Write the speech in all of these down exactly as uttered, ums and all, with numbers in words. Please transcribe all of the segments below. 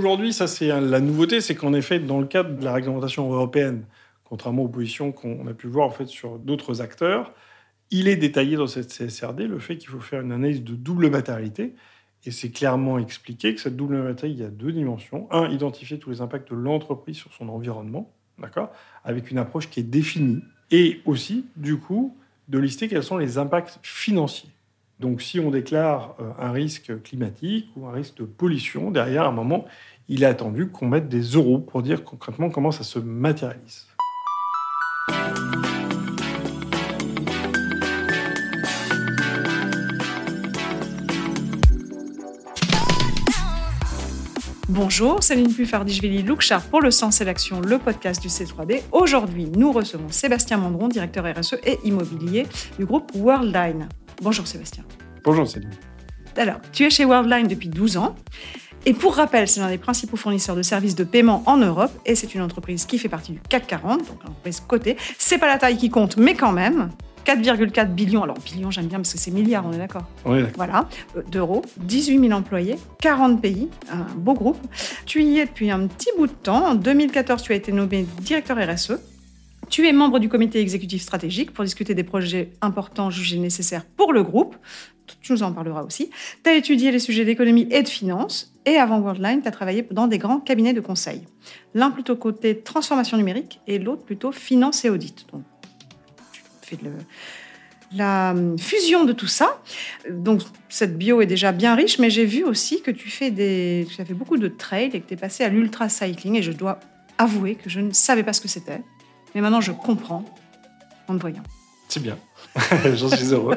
aujourd'hui, ça c'est la nouveauté, c'est qu'en effet, dans le cadre de la réglementation européenne, contrairement aux positions qu'on a pu voir en fait sur d'autres acteurs, il est détaillé dans cette C S R D le fait qu'il faut faire une analyse de double matérialité. Et c'est clairement expliqué que cette double matérialité, il y a deux dimensions. Un, identifier tous les impacts de l'entreprise sur son environnement, d'accord, avec une approche qui est définie. Et aussi, du coup, de lister quels sont les impacts financiers. Donc, si on déclare un risque climatique ou un risque de pollution, derrière, à un moment, il est attendu qu'on mette des euros pour dire concrètement comment ça se matérialise. Bonjour, Céline Puffardichvili-Loukchar pour Le Sens et l'Action, le podcast du C trois D. Aujourd'hui, nous recevons Sébastien Mandron, directeur R S E et immobilier du groupe Worldline. Bonjour Sébastien. Bonjour Céline. Alors, tu es chez Worldline depuis douze ans. Et pour rappel, c'est l'un des principaux fournisseurs de services de paiement en Europe et c'est une entreprise qui fait partie du C A C quarante, donc une entreprise cotée. C'est pas la taille qui compte, mais quand même. quatre virgule quatre billions, alors billions j'aime bien parce que c'est milliards, on est d'accord. On est d'accord. Voilà, euh, d'euros, dix-huit mille employés, quarante pays, un beau groupe. Tu y es depuis un petit bout de temps. En deux mille quatorze, tu as été nommé directeur R S E. Tu es membre du comité exécutif stratégique pour discuter des projets importants jugés nécessaires pour le groupe. Tu nous en parleras aussi. Tu as étudié les sujets d'économie et de finance. Et avant Worldline, tu as travaillé dans des grands cabinets de conseil. L'un plutôt côté transformation numérique et l'autre plutôt finance et audit. Donc, de le, la fusion de tout ça. Donc, cette bio est déjà bien riche, mais j'ai vu aussi que tu fais, des, tu as fait beaucoup de trail et que tu es passé à l'ultra-cycling. Et je dois avouer que je ne savais pas ce que c'était. Mais maintenant, je comprends en te voyant. C'est bien. J'en suis heureux.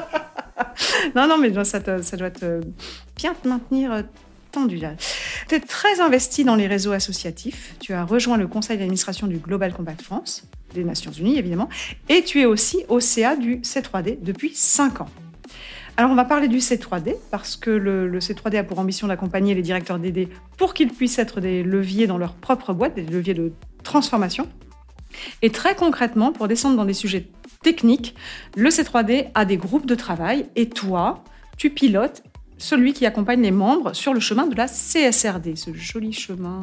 non, non, mais ça, te, ça doit te, bien te maintenir tendu là. Tu es très investi dans les réseaux associatifs. Tu as rejoint le conseil d'administration du Global Compact France, des Nations Unies évidemment, et tu es aussi au C A du C trois D depuis cinq ans. Alors on va parler du C trois D parce que le, le C trois D a pour ambition d'accompagner les directeurs D D pour qu'ils puissent être des leviers dans leur propre boîte, des leviers de transformation. Et très concrètement, pour descendre dans des sujets techniques, le C trois D a des groupes de travail et toi, tu pilotes celui qui accompagne les membres sur le chemin de la C S R D, ce joli chemin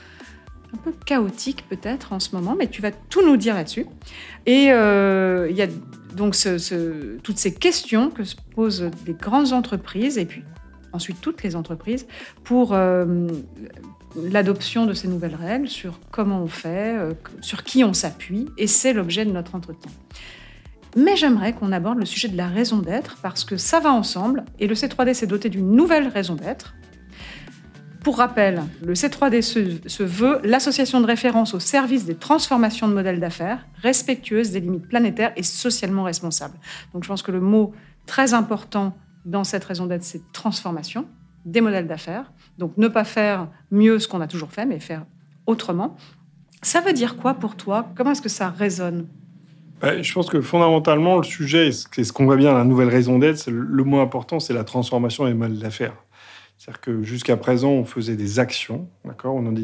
un peu chaotique peut-être en ce moment, mais tu vas tout nous dire là-dessus. Et euh, il y a donc ce, ce, toutes ces questions que se posent les grandes entreprises, et puis ensuite toutes les entreprises, pour euh, l'adoption de ces nouvelles règles, sur comment on fait, euh, sur qui on s'appuie, et c'est l'objet de notre entretien. Mais j'aimerais qu'on aborde le sujet de la raison d'être, parce que ça va ensemble, et le C trois D s'est doté d'une nouvelle raison d'être. Pour rappel, le C trois D se, se veut l'association de référence au service des transformations de modèles d'affaires, respectueuses des limites planétaires et socialement responsables. Donc je pense que le mot très important dans cette raison d'être, c'est transformation des modèles d'affaires. Donc ne pas faire mieux ce qu'on a toujours fait, mais faire autrement. Ça veut dire quoi pour toi ? Comment est-ce que ça résonne ? Je pense que fondamentalement, le sujet, c'est ce qu'on voit bien, la nouvelle raison d'être, c'est le mot important, c'est la transformation des modèles d'affaires. C'est-à-dire que jusqu'à présent, on faisait des actions, d'accord ? on,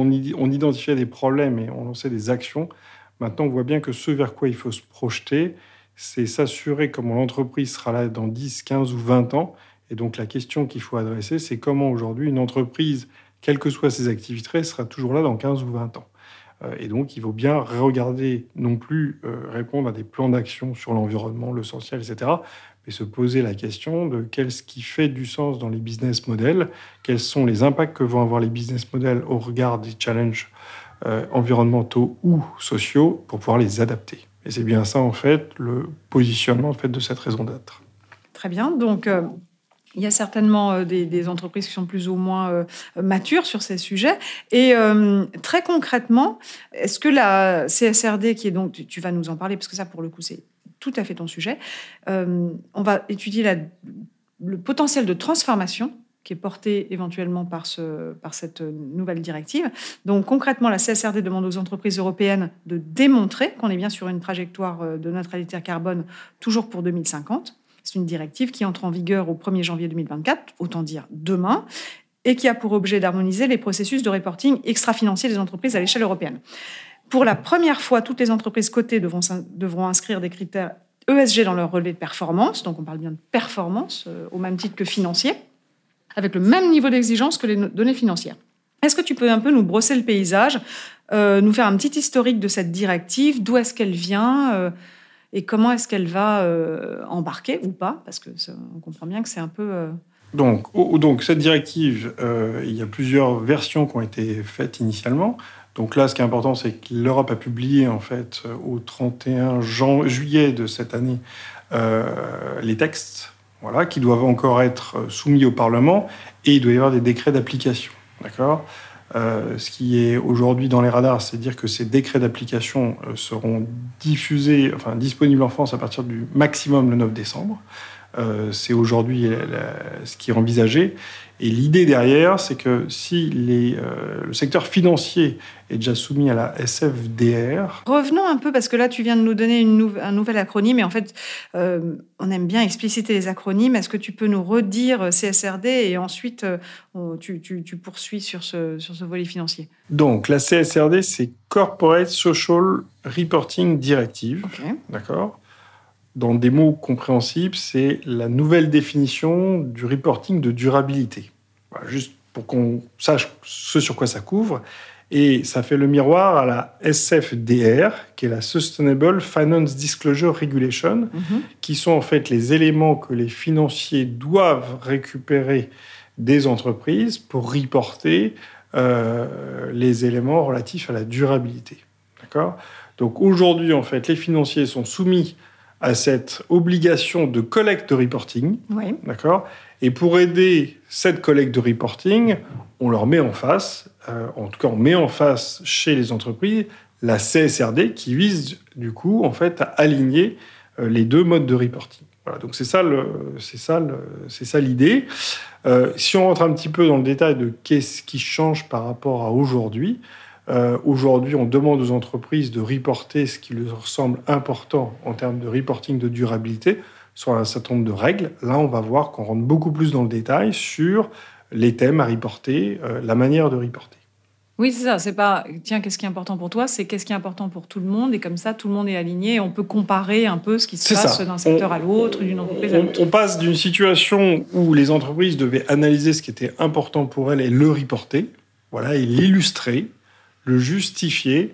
on identifiait des problèmes et on lançait des actions. Maintenant, on voit bien que ce vers quoi il faut se projeter, c'est s'assurer comment l'entreprise sera là dans dix, quinze ou vingt ans. Et donc, la question qu'il faut adresser, c'est comment aujourd'hui une entreprise, quelles que soient ses activités, sera toujours là dans quinze ou vingt ans. Et donc, il faut bien regarder, non plus euh, répondre à des plans d'action sur l'environnement, le social, et cetera, mais se poser la question de qu'est-ce qui fait du sens dans les business models, quels sont les impacts que vont avoir les business models au regard des challenges euh, environnementaux ou sociaux pour pouvoir les adapter. Et c'est bien ça, en fait, le positionnement en fait, de cette raison d'être. Très bien. Donc, euh, il y a certainement euh, des, des entreprises qui sont plus ou moins euh, matures sur ces sujets. Et euh, très concrètement, est-ce que la C S R D, qui est donc, tu, tu vas nous en parler, parce que ça, pour le coup, c'est tout à fait ton sujet, euh, on va étudier la, le potentiel de transformation qui est porté éventuellement par, ce, par cette nouvelle directive. Donc concrètement, la C S R D demande aux entreprises européennes de démontrer qu'on est bien sur une trajectoire de neutralité carbone toujours pour deux mille cinquante. C'est une directive qui entre en vigueur au premier janvier deux mille vingt-quatre, autant dire demain, et qui a pour objet d'harmoniser les processus de reporting extra-financier des entreprises à l'échelle européenne. Pour la première fois, toutes les entreprises cotées devront, devront inscrire des critères E S G dans leur relevé de performance, donc on parle bien de performance, euh, au même titre que financier, avec le même niveau d'exigence que les données financières. Est-ce que tu peux un peu nous brosser le paysage, euh, nous faire un petit historique de cette directive, d'où est-ce qu'elle vient euh, et comment est-ce qu'elle va euh, embarquer ou pas, parce que ça, on comprend bien que c'est un peu... Euh... Donc, oh, donc, cette directive, euh, il y a plusieurs versions qui ont été faites initialement. Donc là, ce qui est important, c'est que l'Europe a publié, en fait, au trente et un juillet de cette année, euh, les textes, voilà, qui doivent encore être soumis au Parlement, et il doit y avoir des décrets d'application. D'accord ? Euh, ce qui est aujourd'hui dans les radars, c'est dire que ces décrets d'application euh, seront diffusés, enfin disponibles en France à partir du maximum le neuf décembre. Euh, c'est aujourd'hui la, la, ce qui est envisagé. Et l'idée derrière, c'est que si les, euh, le secteur financier est déjà soumis à la S F D R... Revenons un peu, parce que là, tu viens de nous donner une nou- un nouvel acronyme, et en fait, euh, on aime bien expliciter les acronymes. Est-ce que tu peux nous redire C S R D, et ensuite, euh, on, tu, tu, tu poursuis sur ce, sur ce volet financier? Donc, la C S R D, c'est Corporate Social Reporting Directive. Okay. D'accord ? Dans des mots compréhensibles, c'est la nouvelle définition du reporting de durabilité. Voilà, juste pour qu'on sache ce sur quoi ça couvre. Et ça fait le miroir à la S F D R, qui est la Sustainable Finance Disclosure Regulation, mm-hmm. qui sont en fait les éléments que les financiers doivent récupérer des entreprises pour reporter euh, les éléments relatifs à la durabilité. D'accord ? Donc aujourd'hui, en fait, les financiers sont soumis à cette obligation de collecte de reporting, oui. D'accord ? Et pour aider cette collecte de reporting, on leur met en face, euh, en tout cas on met en face chez les entreprises, la C S R D qui vise du coup en fait à aligner euh, les deux modes de reporting. Voilà, donc c'est ça, le, c'est ça, le, c'est ça l'idée. Euh, si on rentre un petit peu dans le détail de qu'est-ce qui change par rapport à aujourd'hui, Euh, aujourd'hui, on demande aux entreprises de reporter ce qui leur semble important en termes de reporting de durabilité sur un certain nombre de règles. Là, on va voir qu'on rentre beaucoup plus dans le détail sur les thèmes à reporter, euh, la manière de reporter. Oui, c'est ça. C'est pas, tiens, qu'est-ce qui est important pour toi ? C'est qu'est-ce qui est important pour tout le monde. Et comme ça, tout le monde est aligné. Et on peut comparer un peu ce qui se c'est passe ça. d'un secteur on, à l'autre, d'une entreprise on, à l'autre. On passe d'une situation où les entreprises devaient analyser ce qui était important pour elles et le reporter, voilà, et l'illustrer, le justifier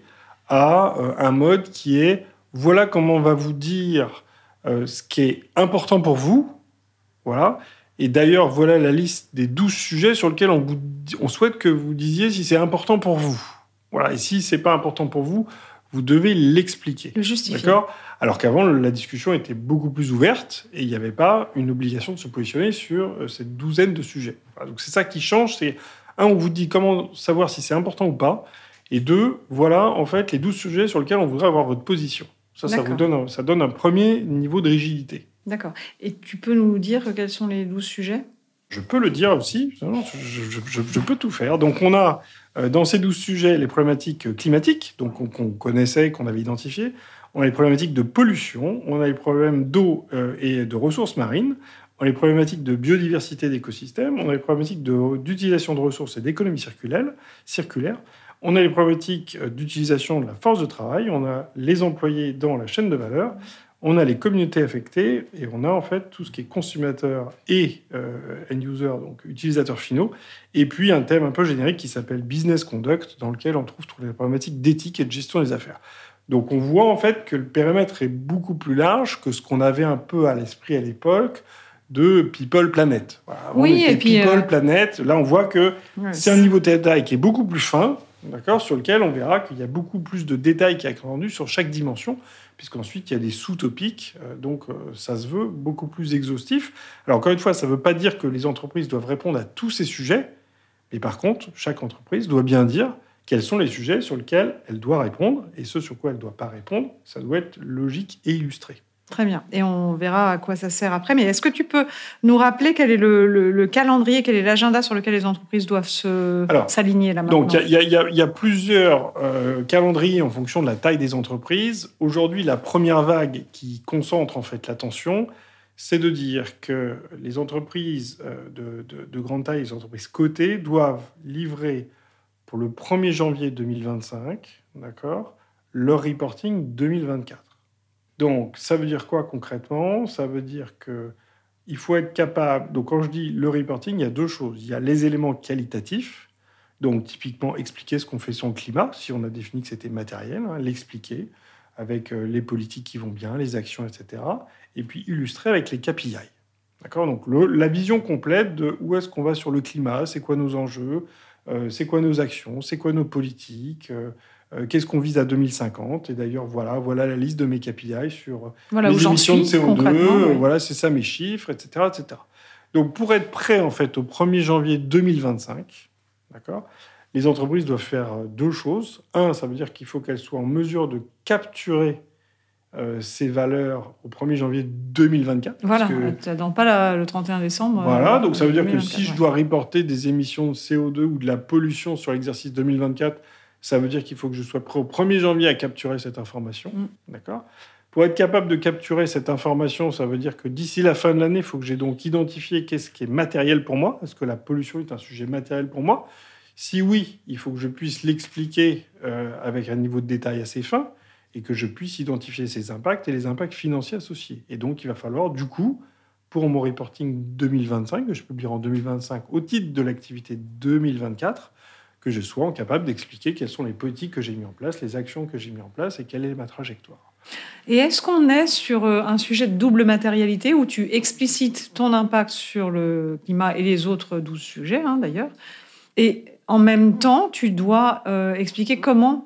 à euh, un mode qui est voilà comment on va vous dire euh, ce qui est important pour vous, voilà. Et d'ailleurs, voilà la liste des douze sujets sur lesquels on, vous, on souhaite que vous disiez si c'est important pour vous. Voilà. Et si c'est pas important pour vous, vous devez l'expliquer. Le justifier. D'accord ? Alors qu'avant, la discussion était beaucoup plus ouverte et il n'y avait pas une obligation de se positionner sur euh, cette douzaine de sujets. Voilà. Donc c'est ça qui change. C'est un, on vous dit comment savoir si c'est important ou pas. Et deux, voilà, en fait, les douze sujets sur lesquels on voudrait avoir votre position. Ça, ça, vous donne, ça donne un premier niveau de rigidité. D'accord. Et tu peux nous dire quels sont les douze sujets ? Je peux le dire aussi. Je, je, je, je peux tout faire. Donc, on a euh, dans ces douze sujets les problématiques climatiques, donc qu'on, qu'on connaissait, qu'on avait identifiées. On a les problématiques de pollution. On a les problèmes d'eau euh, et de ressources marines. On a les problématiques de biodiversité d'écosystèmes. On a les problématiques de, d'utilisation de ressources et d'économie circulaire. circulaire. On a les problématiques d'utilisation de la force de travail, on a les employés dans la chaîne de valeur, on a les communautés affectées, et on a en fait tout ce qui est consommateur et euh, end-user, donc utilisateurs finaux, et puis un thème un peu générique qui s'appelle Business Conduct, dans lequel on trouve toutes les problématiques d'éthique et de gestion des affaires. Donc on voit en fait que le périmètre est beaucoup plus large que ce qu'on avait un peu à l'esprit à l'époque de People Planet. Voilà, oui, et puis... People euh... Planet, là on voit que ouais, c'est un niveau de détail qui est beaucoup plus fin, d'accord, sur lequel on verra qu'il y a beaucoup plus de détails qui sont rendus sur chaque dimension, puisqu'ensuite il y a des sous-topics, euh, donc euh, ça se veut beaucoup plus exhaustif. Alors encore une fois, ça ne veut pas dire que les entreprises doivent répondre à tous ces sujets, mais par contre, chaque entreprise doit bien dire quels sont les sujets sur lesquels elle doit répondre, et ceux sur quoi elle ne doit pas répondre, ça doit être logique et illustré. Très bien. Et on verra à quoi ça sert après. Mais est-ce que tu peux nous rappeler quel est le, le, le calendrier, quel est l'agenda sur lequel les entreprises doivent se, Alors, s'aligner là maintenant ? Donc, il y, y, y, y a plusieurs euh, calendriers en fonction de la taille des entreprises. Aujourd'hui, la première vague qui concentre en fait l'attention, c'est de dire que les entreprises euh, de, de, de grande taille, les entreprises cotées, doivent livrer pour le premier janvier deux mille vingt-cinq, d'accord, leur reporting deux mille vingt-quatre. Donc, ça veut dire quoi concrètement ? Ça veut dire qu'il faut être capable... Donc, quand je dis le reporting, il y a deux choses. Il y a les éléments qualitatifs. Donc, typiquement, expliquer ce qu'on fait sur le climat, si on a défini que c'était matériel, hein, l'expliquer avec euh, les politiques qui vont bien, les actions, et cetera. Et puis, illustrer avec les K P I. D'accord ? Donc, le, la vision complète de où est-ce qu'on va sur le climat, c'est quoi nos enjeux, euh, c'est quoi nos actions, c'est quoi nos politiques, euh, euh, qu'est-ce qu'on vise à deux mille cinquante. Et d'ailleurs, voilà, voilà la liste de mes K P I sur voilà les où émissions de suis, C O deux, ouais. voilà, c'est ça mes chiffres, et cetera, et cetera. Donc, pour être prêt, en fait, au premier janvier deux mille vingt-cinq, d'accord, les entreprises doivent faire deux choses. Un, ça veut dire qu'il faut qu'elles soient en mesure de capturer euh, ces valeurs au premier janvier deux mille vingt-quatre. Voilà, que, tu n'attends pas la, le trente et un décembre. Voilà, euh, donc ça veut dire que vingt-quatre, si je ouais. dois reporter des émissions de C O deux ou de la pollution sur l'exercice deux mille vingt-quatre, ça veut dire qu'il faut que je sois prêt au premier janvier à capturer cette information. Mm. D'accord ? Pour être capable de capturer cette information, ça veut dire que d'ici la fin de l'année, il faut que j'ai donc identifié qu'est-ce qui est matériel pour moi. Est-ce que la pollution est un sujet matériel pour moi ? Si oui, il faut que je puisse l'expliquer euh, avec un niveau de détail assez fin et que je puisse identifier ses impacts et les impacts financiers associés. Et donc, il va falloir, du coup, pour mon reporting deux mille vingt-cinq, que je publierai en deux mille vingt-cinq au titre de l'activité deux mille vingt-quatre, que je sois capable d'expliquer quelles sont les politiques que j'ai mises en place, les actions que j'ai mises en place et quelle est ma trajectoire. Et est-ce qu'on est sur un sujet de double matérialité où tu explicites ton impact sur le climat et les autres douze sujets, hein, d'ailleurs, et en même temps, tu dois euh, expliquer comment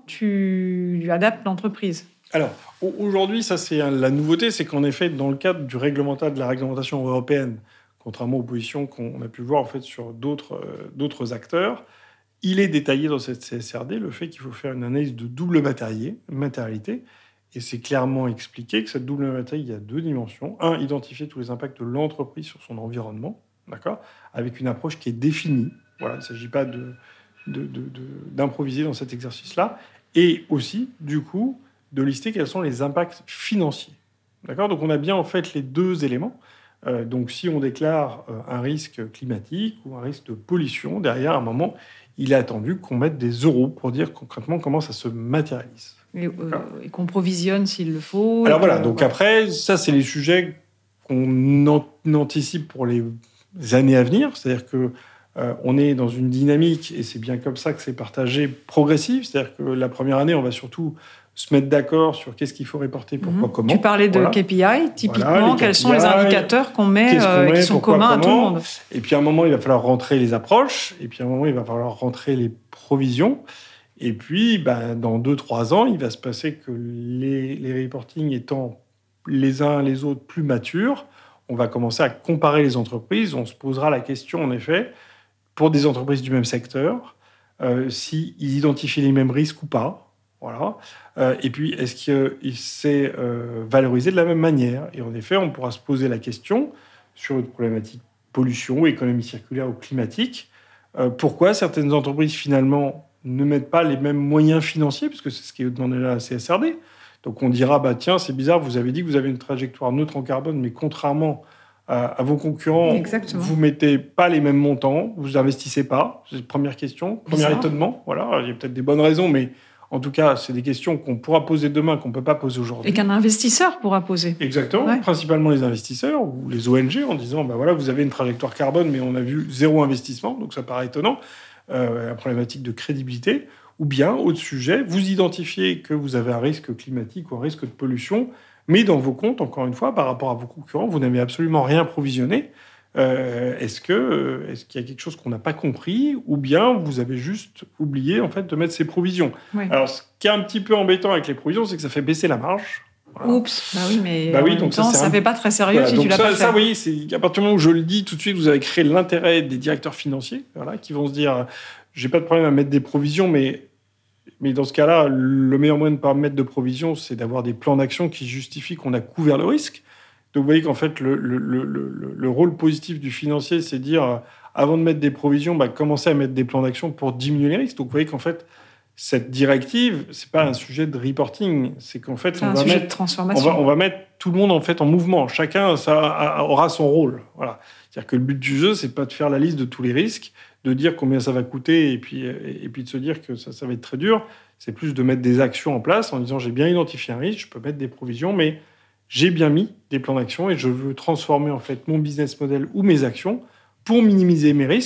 tu adaptes l'entreprise? Alors, aujourd'hui, ça c'est la nouveauté, c'est qu'en effet, dans le cadre du réglementaire de la réglementation européenne, contrairement aux positions qu'on a pu voir en fait sur d'autres, euh, d'autres acteurs, il est détaillé dans cette C S R D le fait qu'il faut faire une analyse de double matérialité. Et c'est clairement expliqué que cette double matérialité, il y a deux dimensions. Un, identifier tous les impacts de l'entreprise sur son environnement, d'accord, avec une approche qui est définie. Voilà, il ne s'agit pas de, de, de, de, d'improviser dans cet exercice-là. Et aussi, du coup, de lister quels sont les impacts financiers. D'accord ? Donc, on a bien en fait les deux éléments. Euh, donc, si on déclare euh, un risque climatique ou un risque de pollution, derrière, à un moment, il est attendu qu'on mette des euros pour dire concrètement comment ça se matérialise. Et, euh, et qu'on provisionne s'il le faut. Alors voilà, que, donc voilà. Après, ça, c'est les sujets qu'on an- anticipe pour les années à venir. C'est-à-dire que euh, on est dans une dynamique, et c'est bien comme ça que c'est partagé, progressive. C'est-à-dire que la première année, on va surtout se mettre d'accord sur qu'est-ce qu'il faut reporter, pourquoi, mmh. comment. Tu parlais de voilà. K P I, typiquement, voilà, quels K P I, sont les indicateurs qu'on met, qu'on euh, met qui sont pourquoi, communs comment. à tout le monde. Et puis à un moment, il va falloir rentrer les approches, et puis à un moment, il va falloir rentrer les provisions. Et puis, ben, dans deux trois ans, il va se passer que les, les reportings étant les uns les autres plus matures, on va commencer à comparer les entreprises. On se posera la question, en effet, pour des entreprises du même secteur, euh, s'ils identifient les mêmes risques ou pas. Voilà. Euh, et puis, est-ce qu'il s'est euh, valorisé de la même manière ? Et en effet, on pourra se poser la question sur une problématique pollution, économie circulaire ou climatique. Euh, pourquoi certaines entreprises, finalement, ne mettent pas les mêmes moyens financiers, parce que c'est ce qui est demandé à la C S R D. Donc on dira, bah, tiens, c'est bizarre, vous avez dit que vous avez une trajectoire neutre en carbone, mais contrairement à, à vos concurrents, Exactement. vous ne mettez pas les mêmes montants, vous n'investissez pas. C'est la première question, premier bizarre. étonnement. Voilà, il y a peut-être des bonnes raisons, mais en tout cas, c'est des questions qu'on pourra poser demain, qu'on ne peut pas poser aujourd'hui. Et qu'un investisseur pourra poser. Exactement, ouais. Principalement les investisseurs ou les O N G, en disant, bah, voilà, vous avez une trajectoire carbone, mais on a vu zéro investissement, donc ça paraît étonnant. Euh, la problématique de crédibilité, ou bien, autre sujet, vous identifiez que vous avez un risque climatique ou un risque de pollution, mais dans vos comptes, encore une fois, par rapport à vos concurrents, vous n'avez absolument rien provisionné. Euh, est-ce que, est-ce qu'il y a quelque chose qu'on n'a pas compris, ou bien vous avez juste oublié en fait, de mettre ces provisions ? Oui. Alors, ce qui est un petit peu embêtant avec les provisions, c'est que ça fait baisser la marge. Voilà. Oups, bah oui, mais bah oui, en même donc temps, ça ne un... fait pas très sérieux voilà, si donc tu l'as ça, pas fait. Ça, oui, c'est à partir du moment où je le dis, tout de suite, vous avez créé l'intérêt des directeurs financiers, voilà, qui vont se dire, j'ai pas de problème à mettre des provisions, mais, mais dans ce cas-là, le meilleur moyen de ne pas mettre de provisions, c'est d'avoir des plans d'action qui justifient qu'on a couvert le risque. Donc vous voyez qu'en fait, le, le, le, le, le rôle positif du financier, c'est de dire, avant de mettre des provisions, bah, commencer à mettre des plans d'action pour diminuer les risques. Donc vous voyez qu'en fait, cette directive, c'est pas un sujet de reporting, c'est qu'en fait, c'est on un va sujet mettre, de transformation. On va, on va mettre tout le monde en fait en mouvement. Chacun ça, aura son rôle. Voilà. C'est-à-dire que le but du jeu, c'est pas de faire la liste de tous les risques, de dire combien ça va coûter et puis, et puis de se dire que ça, ça va être très dur. C'est plus de mettre des actions en place en disant j'ai bien identifié un risque, je peux mettre des provisions, mais j'ai bien mis des plans d'action et je veux transformer en fait mon business model ou mes actions pour minimiser mes risques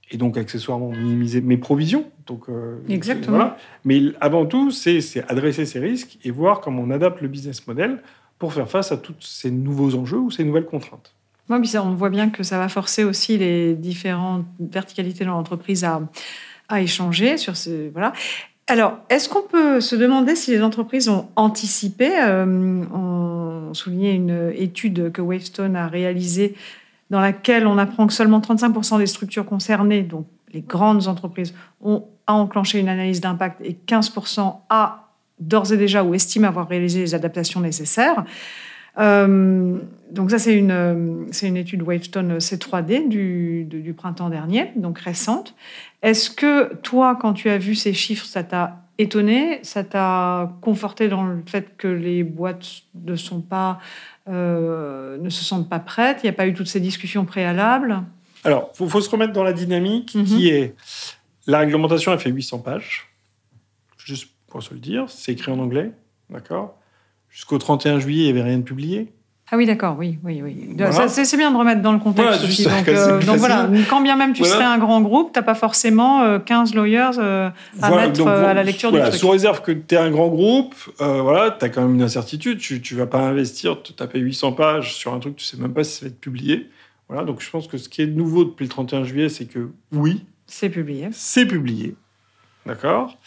et donc accessoirement minimiser mes provisions. Donc, euh, Exactement. Voilà. Mais avant tout, c'est, c'est adresser ces risques et voir comment on adapte le business model pour faire face à tous ces nouveaux enjeux ou ces nouvelles contraintes. Oui, puis ça, on voit bien que ça va forcer aussi les différentes verticalités de l'entreprise à, à échanger sur ce... Voilà. Alors, est-ce qu'on peut se demander si les entreprises ont anticipé euh, On soulignait une étude que Wavestone a réalisée dans laquelle on apprend que seulement trente-cinq pour cent des structures concernées, donc les grandes entreprises, ont a enclenché une analyse d'impact et quinze pour cent a d'ores et déjà ou estime avoir réalisé les adaptations nécessaires. Euh, donc ça, c'est une, c'est une étude Wavestone C trois D du, du, du printemps dernier, donc récente. Est-ce que toi, quand tu as vu ces chiffres, ça t'a étonné, ça t'a conforté dans le fait que les boîtes ne sont pas, euh, ne se sentent pas prêtes? Il n'y a pas eu toutes ces discussions préalables? Alors, il faut, faut se remettre dans la dynamique mm-hmm. qui est... La réglementation a fait huit cents pages, juste pour se le dire. C'est écrit en anglais, d'accord? Jusqu'au trente et un juillet, il n'y avait rien de publié. Ah oui, d'accord, oui, oui, oui. Voilà. Ça, c'est, c'est bien de remettre dans le contexte voilà, aussi. Donc, euh, donc voilà, quand bien même tu voilà. serais un grand groupe, tu n'as pas forcément euh, quinze lawyers euh, à voilà, mettre donc, euh, à la lecture voilà, du truc. Sous réserve que tu es un grand groupe, euh, voilà, tu as quand même une incertitude. Tu ne vas pas investir, te taper huit cents pages sur un truc, tu ne sais même pas si ça va être publié. Voilà, donc je pense que ce qui est nouveau depuis le trente et un juillet, c'est que oui, c'est publié. C'est publié, d'accord.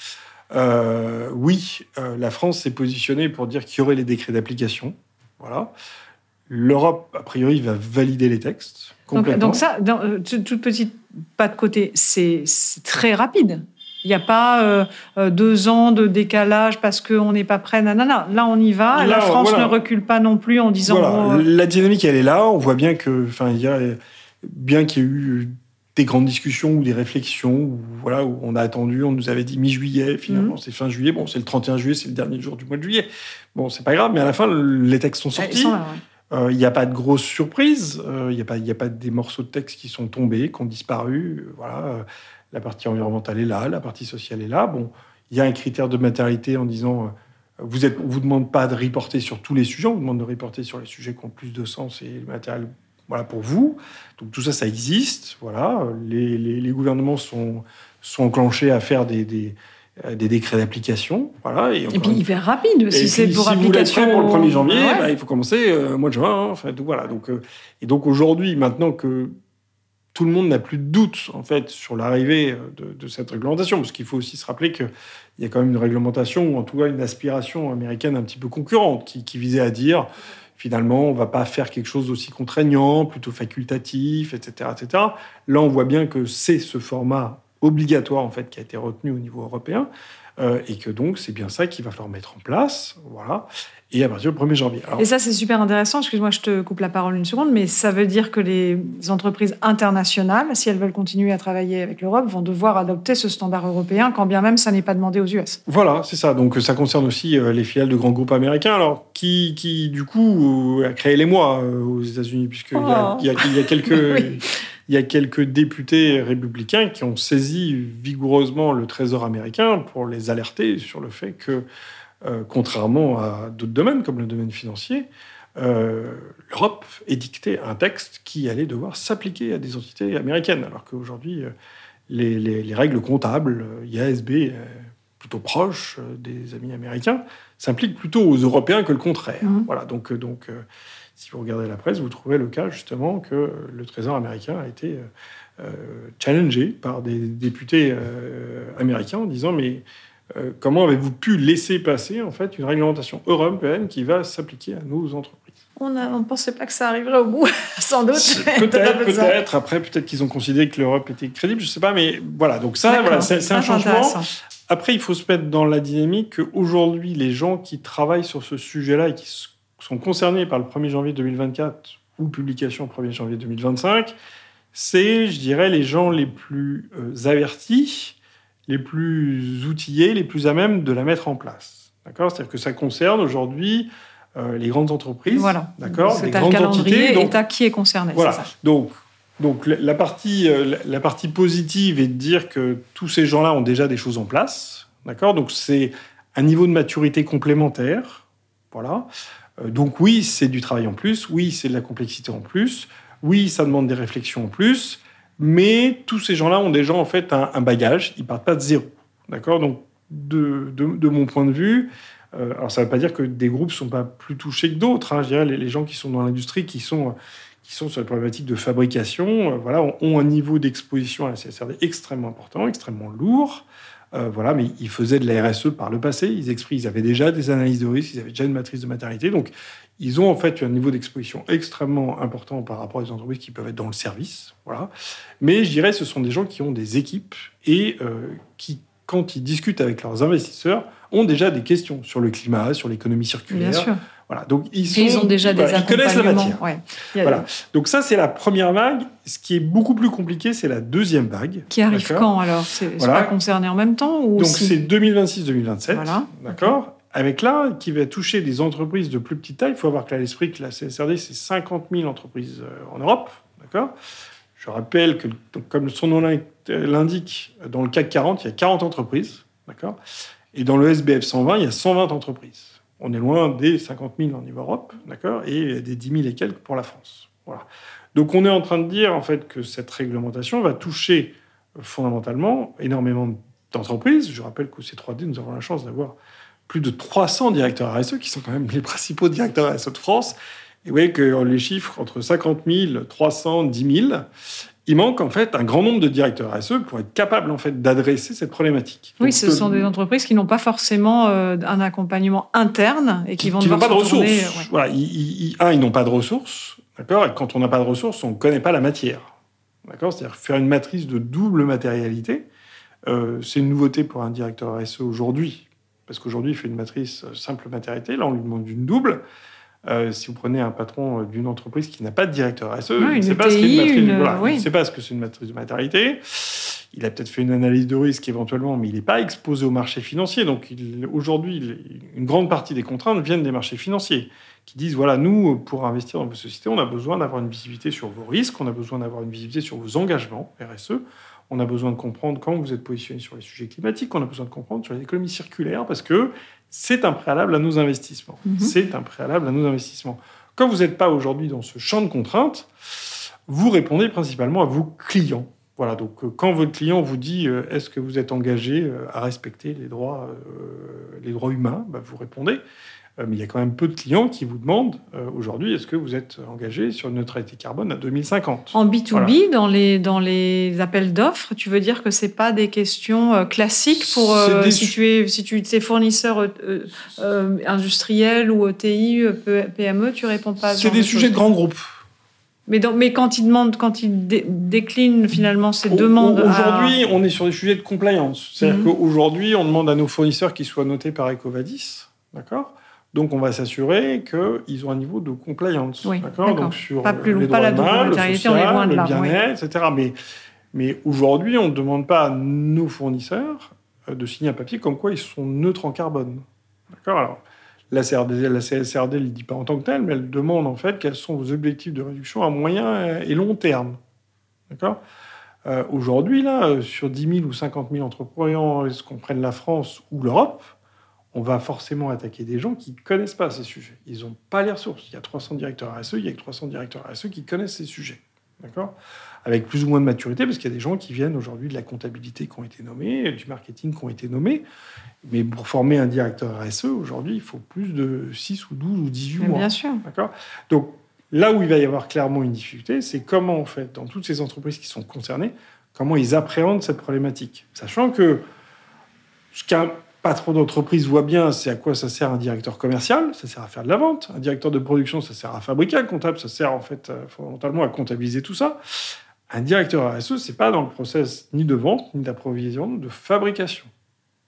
Euh, oui, euh, la France s'est positionnée pour dire qu'il y aurait les décrets d'application. Voilà. L'Europe, a priori, va valider les textes complètement. Donc, donc ça, dans, euh, toute petite pas de côté, c'est, c'est très rapide. Il n'y a pas euh, euh, deux ans de décalage parce qu'on n'est pas prêt. Nanana. Là, on y va. Là, la France voilà. ne recule pas non plus en disant... Voilà. Oh, la dynamique, elle est là. On voit bien que, enfin, il y a bien qu'il y ait eu des grandes discussions ou des réflexions où, voilà, où on a attendu, on nous avait dit mi-juillet, finalement, mmh. c'est fin juillet. Bon, c'est le trente et un juillet, c'est le dernier jour du mois de juillet. Bon, c'est pas grave, mais à la fin, les textes sont sortis. Il n'y ouais. euh, a pas de grosses surprises. Il euh, n'y a pas, y a pas des morceaux de texte qui sont tombés, qui ont disparu. Euh, voilà. Euh, la partie environnementale est là, la partie sociale est là. Bon, il y a un critère de matérialité en disant... Euh, vous êtes, on ne vous demande pas de reporter sur tous les sujets, on vous demande de reporter sur les sujets qui ont plus de sens et le matériel... Voilà, pour vous. Donc, tout ça, ça existe. Voilà. Les, les, les gouvernements sont, sont enclenchés à faire des, des, des décrets d'application. Voilà. Et, et puis, hyper rapide, si c'est pour si application. Si vous l'êtes prêt pour le premier janvier, ouais. bah, il faut commencer euh, au mois de juin. Hein, enfin, donc, voilà. Donc, euh, et donc, aujourd'hui, maintenant que tout le monde n'a plus de doute, en fait, sur l'arrivée de, de cette réglementation, parce qu'il faut aussi se rappeler qu'il y a quand même une réglementation, ou en tout cas une aspiration américaine un petit peu concurrente, qui, qui visait à dire... Finalement, on ne va pas faire quelque chose d'aussi contraignant, plutôt facultatif, et cetera, et cetera. Là, on voit bien que c'est ce format obligatoire en fait qui a été retenu au niveau européen euh, et que donc c'est bien ça qu'il va falloir mettre en place, voilà. Et à partir du premier janvier. Alors, et ça, c'est super intéressant. Excuse-moi, je te coupe la parole une seconde, mais ça veut dire que les entreprises internationales, si elles veulent continuer à travailler avec l'Europe, vont devoir adopter ce standard européen, quand bien même ça n'est pas demandé aux U S. Voilà, c'est ça. Donc ça concerne aussi euh, les filiales de grands groupes américains, alors qui, qui du coup, euh, a créé l'émoi euh, aux États-Unis, puisqu'il oh. y, a, il y, a, il y a quelques... oui. Il y a quelques députés républicains qui ont saisi vigoureusement le Trésor américain pour les alerter sur le fait que, euh, contrairement à d'autres domaines, comme le domaine financier, euh, l'Europe édictait un texte qui allait devoir s'appliquer à des entités américaines, alors qu'aujourd'hui, les, les, les règles comptables, I A S B, euh, plutôt proches euh, des amis américains, s'impliquent plutôt aux Européens que le contraire. Mmh. Voilà, donc... donc euh, si vous regardez la presse, vous trouvez le cas justement que le Trésor américain a été euh, challengé par des députés euh, américains en disant mais euh, comment avez-vous pu laisser passer en fait une réglementation européenne qui va s'appliquer à nos entreprises? On ne pensait pas que ça arriverait au bout, sans doute. Peut-être, peut-être. Après, peut-être qu'ils ont considéré que l'Europe était crédible, je ne sais pas, mais voilà. Donc ça, voilà, c'est, c'est un changement. Après, il faut se mettre dans la dynamique qu'aujourd'hui, les gens qui travaillent sur ce sujet-là et qui sont concernés par le premier janvier deux mille vingt-quatre ou publication premier janvier deux mille vingt-cinq, c'est, je dirais, les gens les plus euh, avertis, les plus outillés, les plus à même de la mettre en place. D'accord ? C'est-à-dire que ça concerne aujourd'hui euh, les grandes entreprises. Voilà. D'accord ? C'est les le grandes calendrier entités. Donc, et à qui est concerné. Voilà. C'est ça. Donc, donc la, partie, euh, la partie positive est de dire que tous ces gens-là ont déjà des choses en place. D'accord ? Donc, c'est un niveau de maturité complémentaire. Voilà. Donc oui, c'est du travail en plus, oui, c'est de la complexité en plus, oui, ça demande des réflexions en plus, Mais tous ces gens-là ont déjà en fait un, un bagage, ils partent pas de zéro. D'accord ? Donc, de, de, de mon point de vue, euh, alors ça ne veut pas dire que des groupes ne sont pas plus touchés que d'autres. Hein. Je dirais les, les gens qui sont dans l'industrie, qui sont, qui sont sur les problématiques de fabrication, euh, voilà, ont, ont un niveau d'exposition à la C S R D extrêmement important, extrêmement lourd. Euh, voilà, mais ils faisaient de la R S E par le passé. Ils, expriment, ils avaient déjà des analyses de risque, ils avaient déjà une matrice de matérialité. Donc, ils ont en fait un niveau d'exposition extrêmement important par rapport à des entreprises qui peuvent être dans le service. Voilà. Mais je dirais, ce sont des gens qui ont des équipes et euh, qui, quand ils discutent avec leurs investisseurs, ont déjà des questions sur le climat, sur l'économie circulaire. Bien sûr. Voilà. Donc, ils, sont, et ils ont déjà voilà, des ils connaissent la matière. Ouais. A... Voilà. Donc ça, c'est la première vague. Ce qui est beaucoup plus compliqué, c'est la deuxième vague. Qui arrive d'accord quand, alors ? C'est voilà. pas concerné en même temps ou Donc si... c'est deux mille vingt-six deux mille vingt-sept. Voilà. D'accord. Okay. Avec là, qui va toucher des entreprises de plus petite taille. Il faut avoir que là, à l'esprit que la C S R D, c'est cinquante mille entreprises en Europe. D'accord. Je rappelle que, donc, comme son nom l'indique, dans le C A C quarante, il y a quarante entreprises. D'accord. Et dans le S B F cent vingt, il y a cent vingt entreprises. On est loin des cinquante mille en niveau Europe, d'accord, et des dix mille et quelques pour la France. Voilà. Donc on est en train de dire en fait que cette réglementation va toucher fondamentalement énormément d'entreprises. Je rappelle qu'au C trois D, nous avons la chance d'avoir plus de trois cents directeurs R S E, qui sont quand même les principaux directeurs R S E de France. Et vous voyez que les chiffres entre cinquante mille, trois cents, dix mille, il manque en fait un grand nombre de directeurs R S E pour être capables en fait d'adresser cette problématique. Oui, Donc, ce sont des entreprises qui n'ont pas forcément euh, un accompagnement interne et qui, qui vont qui devoir n'ont pas de se tourner, ressources. Ouais. Voilà, ils, ils, un, ils n'ont pas de ressources, d'accord. Et quand on n'a pas de ressources, on ne connaît pas la matière, d'accord. C'est-à-dire faire une matrice de double matérialité, euh, c'est une nouveauté pour un directeur R S E aujourd'hui, parce qu'aujourd'hui il fait une matrice simple matérialité. Là, on lui demande une double. Euh, si vous prenez un patron d'une entreprise qui n'a pas de directeur R S E, oui, il ne sait pas ce qu'est une matrice, une... Voilà, oui. il ne sait pas ce que c'est une matrice de matérialité. Il a peut-être fait une analyse de risque éventuellement, mais il n'est pas exposé au marché financier. Donc il, aujourd'hui, il, une grande partie des contraintes viennent des marchés financiers qui disent voilà, nous, pour investir dans vos sociétés, on a besoin d'avoir une visibilité sur vos risques, on a besoin d'avoir une visibilité sur vos engagements R S E, on a besoin de comprendre quand vous êtes positionné sur les sujets climatiques, on a besoin de comprendre sur l'économie circulaire, parce que c'est un préalable à nos investissements. Mmh. C'est un préalable à nos investissements. Quand vous n'êtes pas aujourd'hui dans ce champ de contraintes, vous répondez principalement à vos clients. Voilà, donc quand votre client vous dit euh, « est-ce que vous êtes engagé euh, à respecter les droits, euh, les droits humains ?» bah, vous répondez. Euh, mais il y a quand même peu de clients qui vous demandent euh, aujourd'hui « est-ce que vous êtes engagé sur une neutralité carbone à deux mille cinquante ?» En B deux B, voilà. dans, les, dans les appels d'offres, tu veux dire que ce n'est pas des questions euh, classiques pour euh, des... si, tu es, si tu es fournisseur euh, euh, industriel ou E T I, P M E, tu ne réponds pas à C'est des sujets de grands groupes. Mais, dans, mais quand ils demandent, quand ils dé, déclinent finalement ces o, demandes... Aujourd'hui, à... on est sur des sujets de compliance. C'est-à-dire mmh. qu'aujourd'hui, on demande à nos fournisseurs qu'ils soient notés par EcoVadis, d'accord ? Donc, on va s'assurer qu'ils ont un niveau de compliance, oui, d'accord, d'accord. Donc, sur pas plus les pas droits humains, le social, on est loin de le là, bien-être, oui. et cetera. Mais, mais aujourd'hui, on ne demande pas à nos fournisseurs de signer un papier comme quoi ils sont neutres en carbone, d'accord ? Alors, La, C R D, la C S R D ne le dit pas en tant que tel, mais elle demande en fait quels sont vos objectifs de réduction à moyen et long terme. D'accord ? euh, Aujourd'hui, là, sur dix mille ou cinquante mille entreprises qu'on prenne la France ou l'Europe, on va forcément attaquer des gens qui ne connaissent pas ces sujets. Ils n'ont pas les ressources. Il y a trois cents directeurs R S E, il y a que trois cents directeurs R S E qui connaissent ces sujets. D'accord ? Avec plus ou moins de maturité, parce qu'il y a des gens qui viennent aujourd'hui de la comptabilité qui ont été nommés, du marketing qui ont été nommés. Mais pour former un directeur R S E, aujourd'hui, il faut plus de six ou douze ou dix-huit mois. Bien sûr. D'accord ? Donc, là où il va y avoir clairement une difficulté, c'est comment, en fait, dans toutes ces entreprises qui sont concernées, comment ils appréhendent cette problématique. Sachant que ce qu'un patron d'entreprise voit bien, c'est à quoi ça sert un directeur commercial, ça sert à faire de la vente. Un directeur de production, ça sert à fabriquer. Un comptable, ça sert, en fait, fondamentalement à comptabiliser tout ça. Un directeur R S E, c'est pas dans le process ni de vente, ni d'approvisionnement, de fabrication. D'accord ?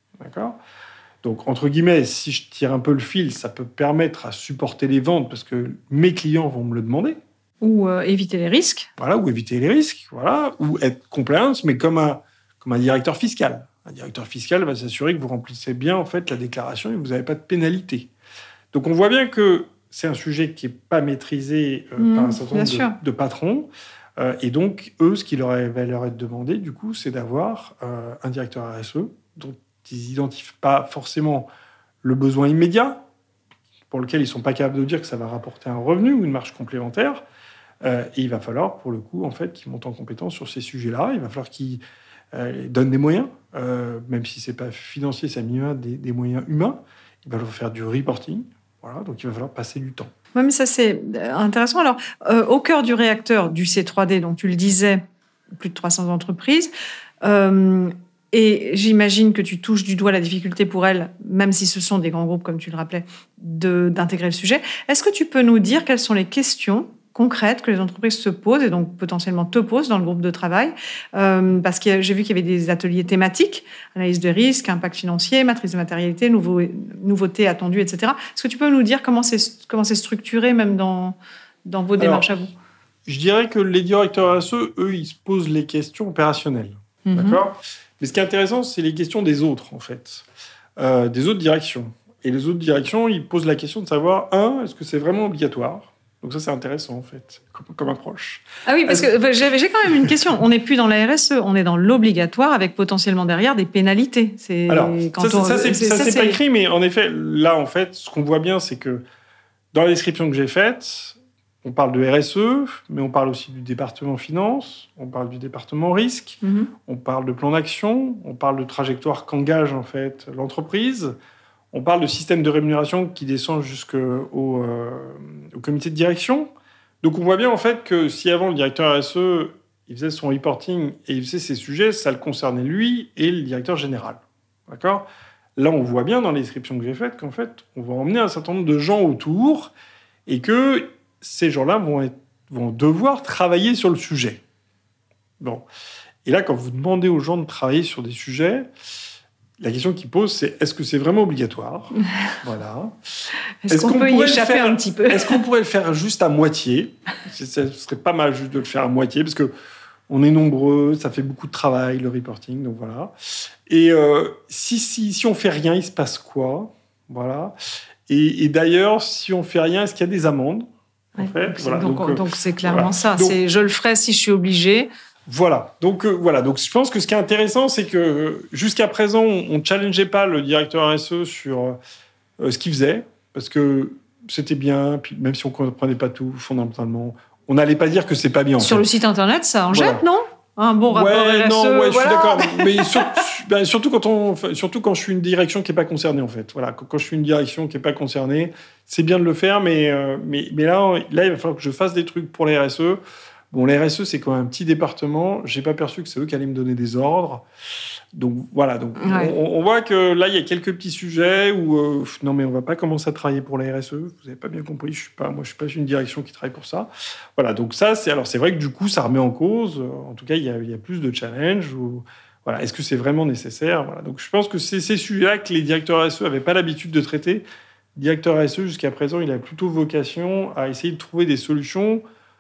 Donc, entre guillemets, si je tire un peu le fil, ça peut permettre à supporter les ventes parce que mes clients vont me le demander. Ou euh, éviter les risques. Voilà, ou éviter les risques, voilà, ou être compliance, mais comme un, comme un directeur fiscal. Un directeur fiscal va s'assurer que vous remplissez bien en fait, la déclaration et que vous n'avez pas de pénalité. Donc, on voit bien que c'est un sujet qui n'est pas maîtrisé euh, mmh, par un certain nombre de, de patrons. Euh, et donc, eux, ce qui leur va leur être demandé, du coup, c'est d'avoir euh, un directeur R S E dont ils n'identifient pas forcément le besoin immédiat, pour lequel ils ne sont pas capables de dire que ça va rapporter un revenu ou une marge complémentaire, Euh, et il va falloir, pour le coup, en fait, qu'il monte en compétence sur ces sujets-là. Il va falloir qu'il euh, donne des moyens, euh, même si c'est pas financier, c'est à minima des, des moyens humains. Il va falloir faire du reporting. Voilà, donc il va falloir passer du temps. Oui, mais ça, c'est intéressant. Alors, euh, au cœur du réacteur du C trois D, donc tu le disais, plus de trois cents entreprises, euh, et j'imagine que tu touches du doigt la difficulté pour elles, même si ce sont des grands groupes, comme tu le rappelais, de, d'intégrer le sujet. Est-ce que tu peux nous dire quelles sont les questions concrètes que les entreprises se posent et donc potentiellement te posent dans le groupe de travail, euh, parce que j'ai vu qu'il y avait des ateliers thématiques, analyse de risque, impact financier, matrice de matérialité, nouveau, nouveautés attendues, et cetera. Est-ce que tu peux nous dire comment c'est, comment c'est structuré même dans, dans vos démarches Alors, à vous? Je dirais que les directeurs R S E, eux, ils se posent les questions opérationnelles. Mm-hmm. D'accord ? Mais ce qui est intéressant, c'est les questions des autres, en fait, euh, des autres directions. Et les autres directions, ils posent la question de savoir, un, est-ce que c'est vraiment obligatoire ? Donc ça, c'est intéressant, en fait, comme, comme approche. Ah oui, parce que bah, j'ai, j'ai quand même une question. On n'est plus dans la R S E, on est dans l'obligatoire avec potentiellement derrière des pénalités. C'est, Alors, quand ça, on, ça, c'est, c'est, ça, ça, c'est pas écrit, mais en effet, là, en fait, ce qu'on voit bien, c'est que dans la description que j'ai faite, on parle de R S E, mais on parle aussi du département finance, on parle du département risque, mm-hmm. on parle de plan d'action, on parle de trajectoire qu'engage, en fait, l'entreprise. On parle de système de rémunération qui descend jusqu'au euh, au comité de direction. Donc, on voit bien, en fait, que si avant, le directeur R S E, il faisait son reporting et il faisait ses sujets, ça le concernait lui et le directeur général. D'accord ? Là, on voit bien dans les descriptions que j'ai faites qu'en fait, on va emmener un certain nombre de gens autour et que ces gens-là vont, être, vont devoir travailler sur le sujet. Bon. Et là, quand vous demandez aux gens de travailler sur des sujets... La question qu'ils posent, c'est est-ce que c'est vraiment obligatoire ? Voilà. Est-ce, est-ce qu'on, qu'on peut y échapper faire, un petit peu ? Est-ce qu'on pourrait le faire juste à moitié ? Ce serait pas mal juste de le faire à moitié, parce qu'on est nombreux, ça fait beaucoup de travail, le reporting, donc voilà. Et euh, si, si, si on fait rien, il se passe quoi ? Voilà. Et, et d'ailleurs, si on fait rien, est-ce qu'il y a des amendes ? En ouais, fait, donc, voilà. donc, donc, donc c'est clairement voilà. ça. Donc, c'est je le ferai si je suis obligé. Voilà. Donc, euh, voilà. Donc, je pense que ce qui est intéressant, c'est que euh, jusqu'à présent, on ne challengeait pas le directeur R S E sur euh, ce qu'il faisait, parce que c'était bien, puis même si on ne comprenait pas tout, fondamentalement, on n'allait pas dire que c'est pas bien. Sur fait. le site internet, ça en voilà. jette, non ? Un bon rapport ouais, R S E, non, ouais, voilà. je suis d'accord. Mais sur, ben, surtout, quand on, surtout quand je suis une direction qui n'est pas concernée, en fait. Voilà, quand, quand je suis une direction qui n'est pas concernée, c'est bien de le faire, mais, euh, mais, mais là, là, il va falloir que je fasse des trucs pour les R S E. Bon, les R S E, c'est quand même un petit département. Je n'ai pas perçu que c'est eux qui allaient me donner des ordres. Donc, voilà. Donc, ouais. on, on voit que là, il y a quelques petits sujets où... Euh, non, mais on ne va pas commencer à travailler pour les R S E. Vous n'avez pas bien compris. Je suis pas, moi, je ne suis pas une direction qui travaille pour ça. Voilà. Donc, ça, c'est... Alors, c'est vrai que du coup, ça remet en cause. En tout cas, il y a, il y a plus de challenges. Où, voilà. Est-ce que c'est vraiment nécessaire ? Voilà. Donc, je pense que c'est ces sujets-là que les directeurs R S E n'avaient pas l'habitude de traiter. Le directeur R S E, jusqu'à présent, il a plutôt vocation à essayer de trouver des solutions...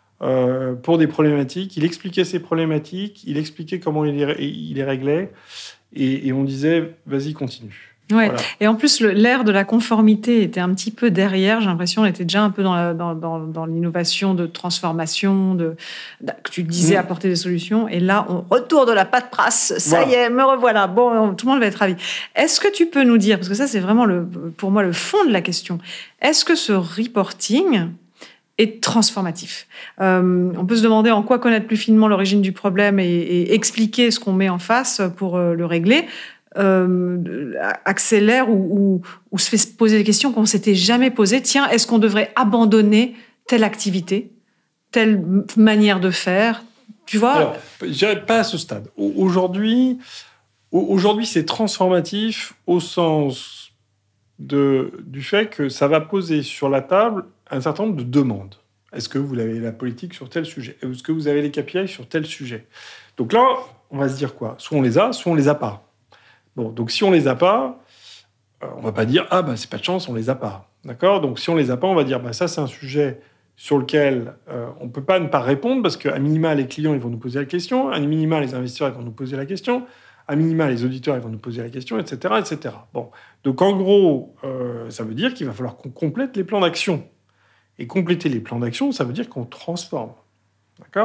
Euh, pour des problématiques. Il expliquait ses problématiques, il expliquait comment il les, il les réglait, et, et on disait, vas-y, continue. Ouais. Voilà. Et en plus, le, l'ère de la conformité était un petit peu derrière. J'ai l'impression qu'on était déjà un peu dans, la, dans, dans, dans l'innovation de transformation, de, de, que tu disais, mmh. apporter des solutions. Et là, on retourne de la paperasse. Ça voilà. y est, me revoilà. Bon, tout le monde va être ravi. Est-ce que tu peux nous dire, parce que ça, c'est vraiment, le, pour moi, le fond de la question, est-ce que ce reporting... est transformatif. Euh, on peut se demander en quoi connaître plus finement l'origine du problème et, et expliquer ce qu'on met en face pour euh, le régler, euh, accélère ou, ou, ou se fait poser des questions qu'on ne s'était jamais posées. Tiens, est-ce qu'on devrait abandonner telle activité, telle manière de faire ? Tu vois ? Alors, je dirais pas à ce stade. Aujourd'hui, aujourd'hui, c'est transformatif au sens de, du fait que ça va poser sur la table un certain nombre de demandes. Est-ce que vous avez la politique sur tel sujet ? Est-ce que vous avez les K P I sur tel sujet ? Donc là, on va se dire quoi ? Soit on les a, soit on les a pas. Bon, donc si on les a pas, euh, on va pas dire ah bah c'est pas de chance, on les a pas. D'accord ? Donc si on les a pas, on va dire bah ça c'est un sujet sur lequel euh, on peut pas ne pas répondre parce qu'à minima les clients ils vont nous poser la question, à minima les investisseurs ils vont nous poser la question, à minima les auditeurs ils vont nous poser la question, et cetera, et cetera. Bon, donc en gros, euh, ça veut dire qu'il va falloir qu'on complète les plans d'action. Et compléter les plans d'action, ça veut dire qu'on transforme. D'accord ?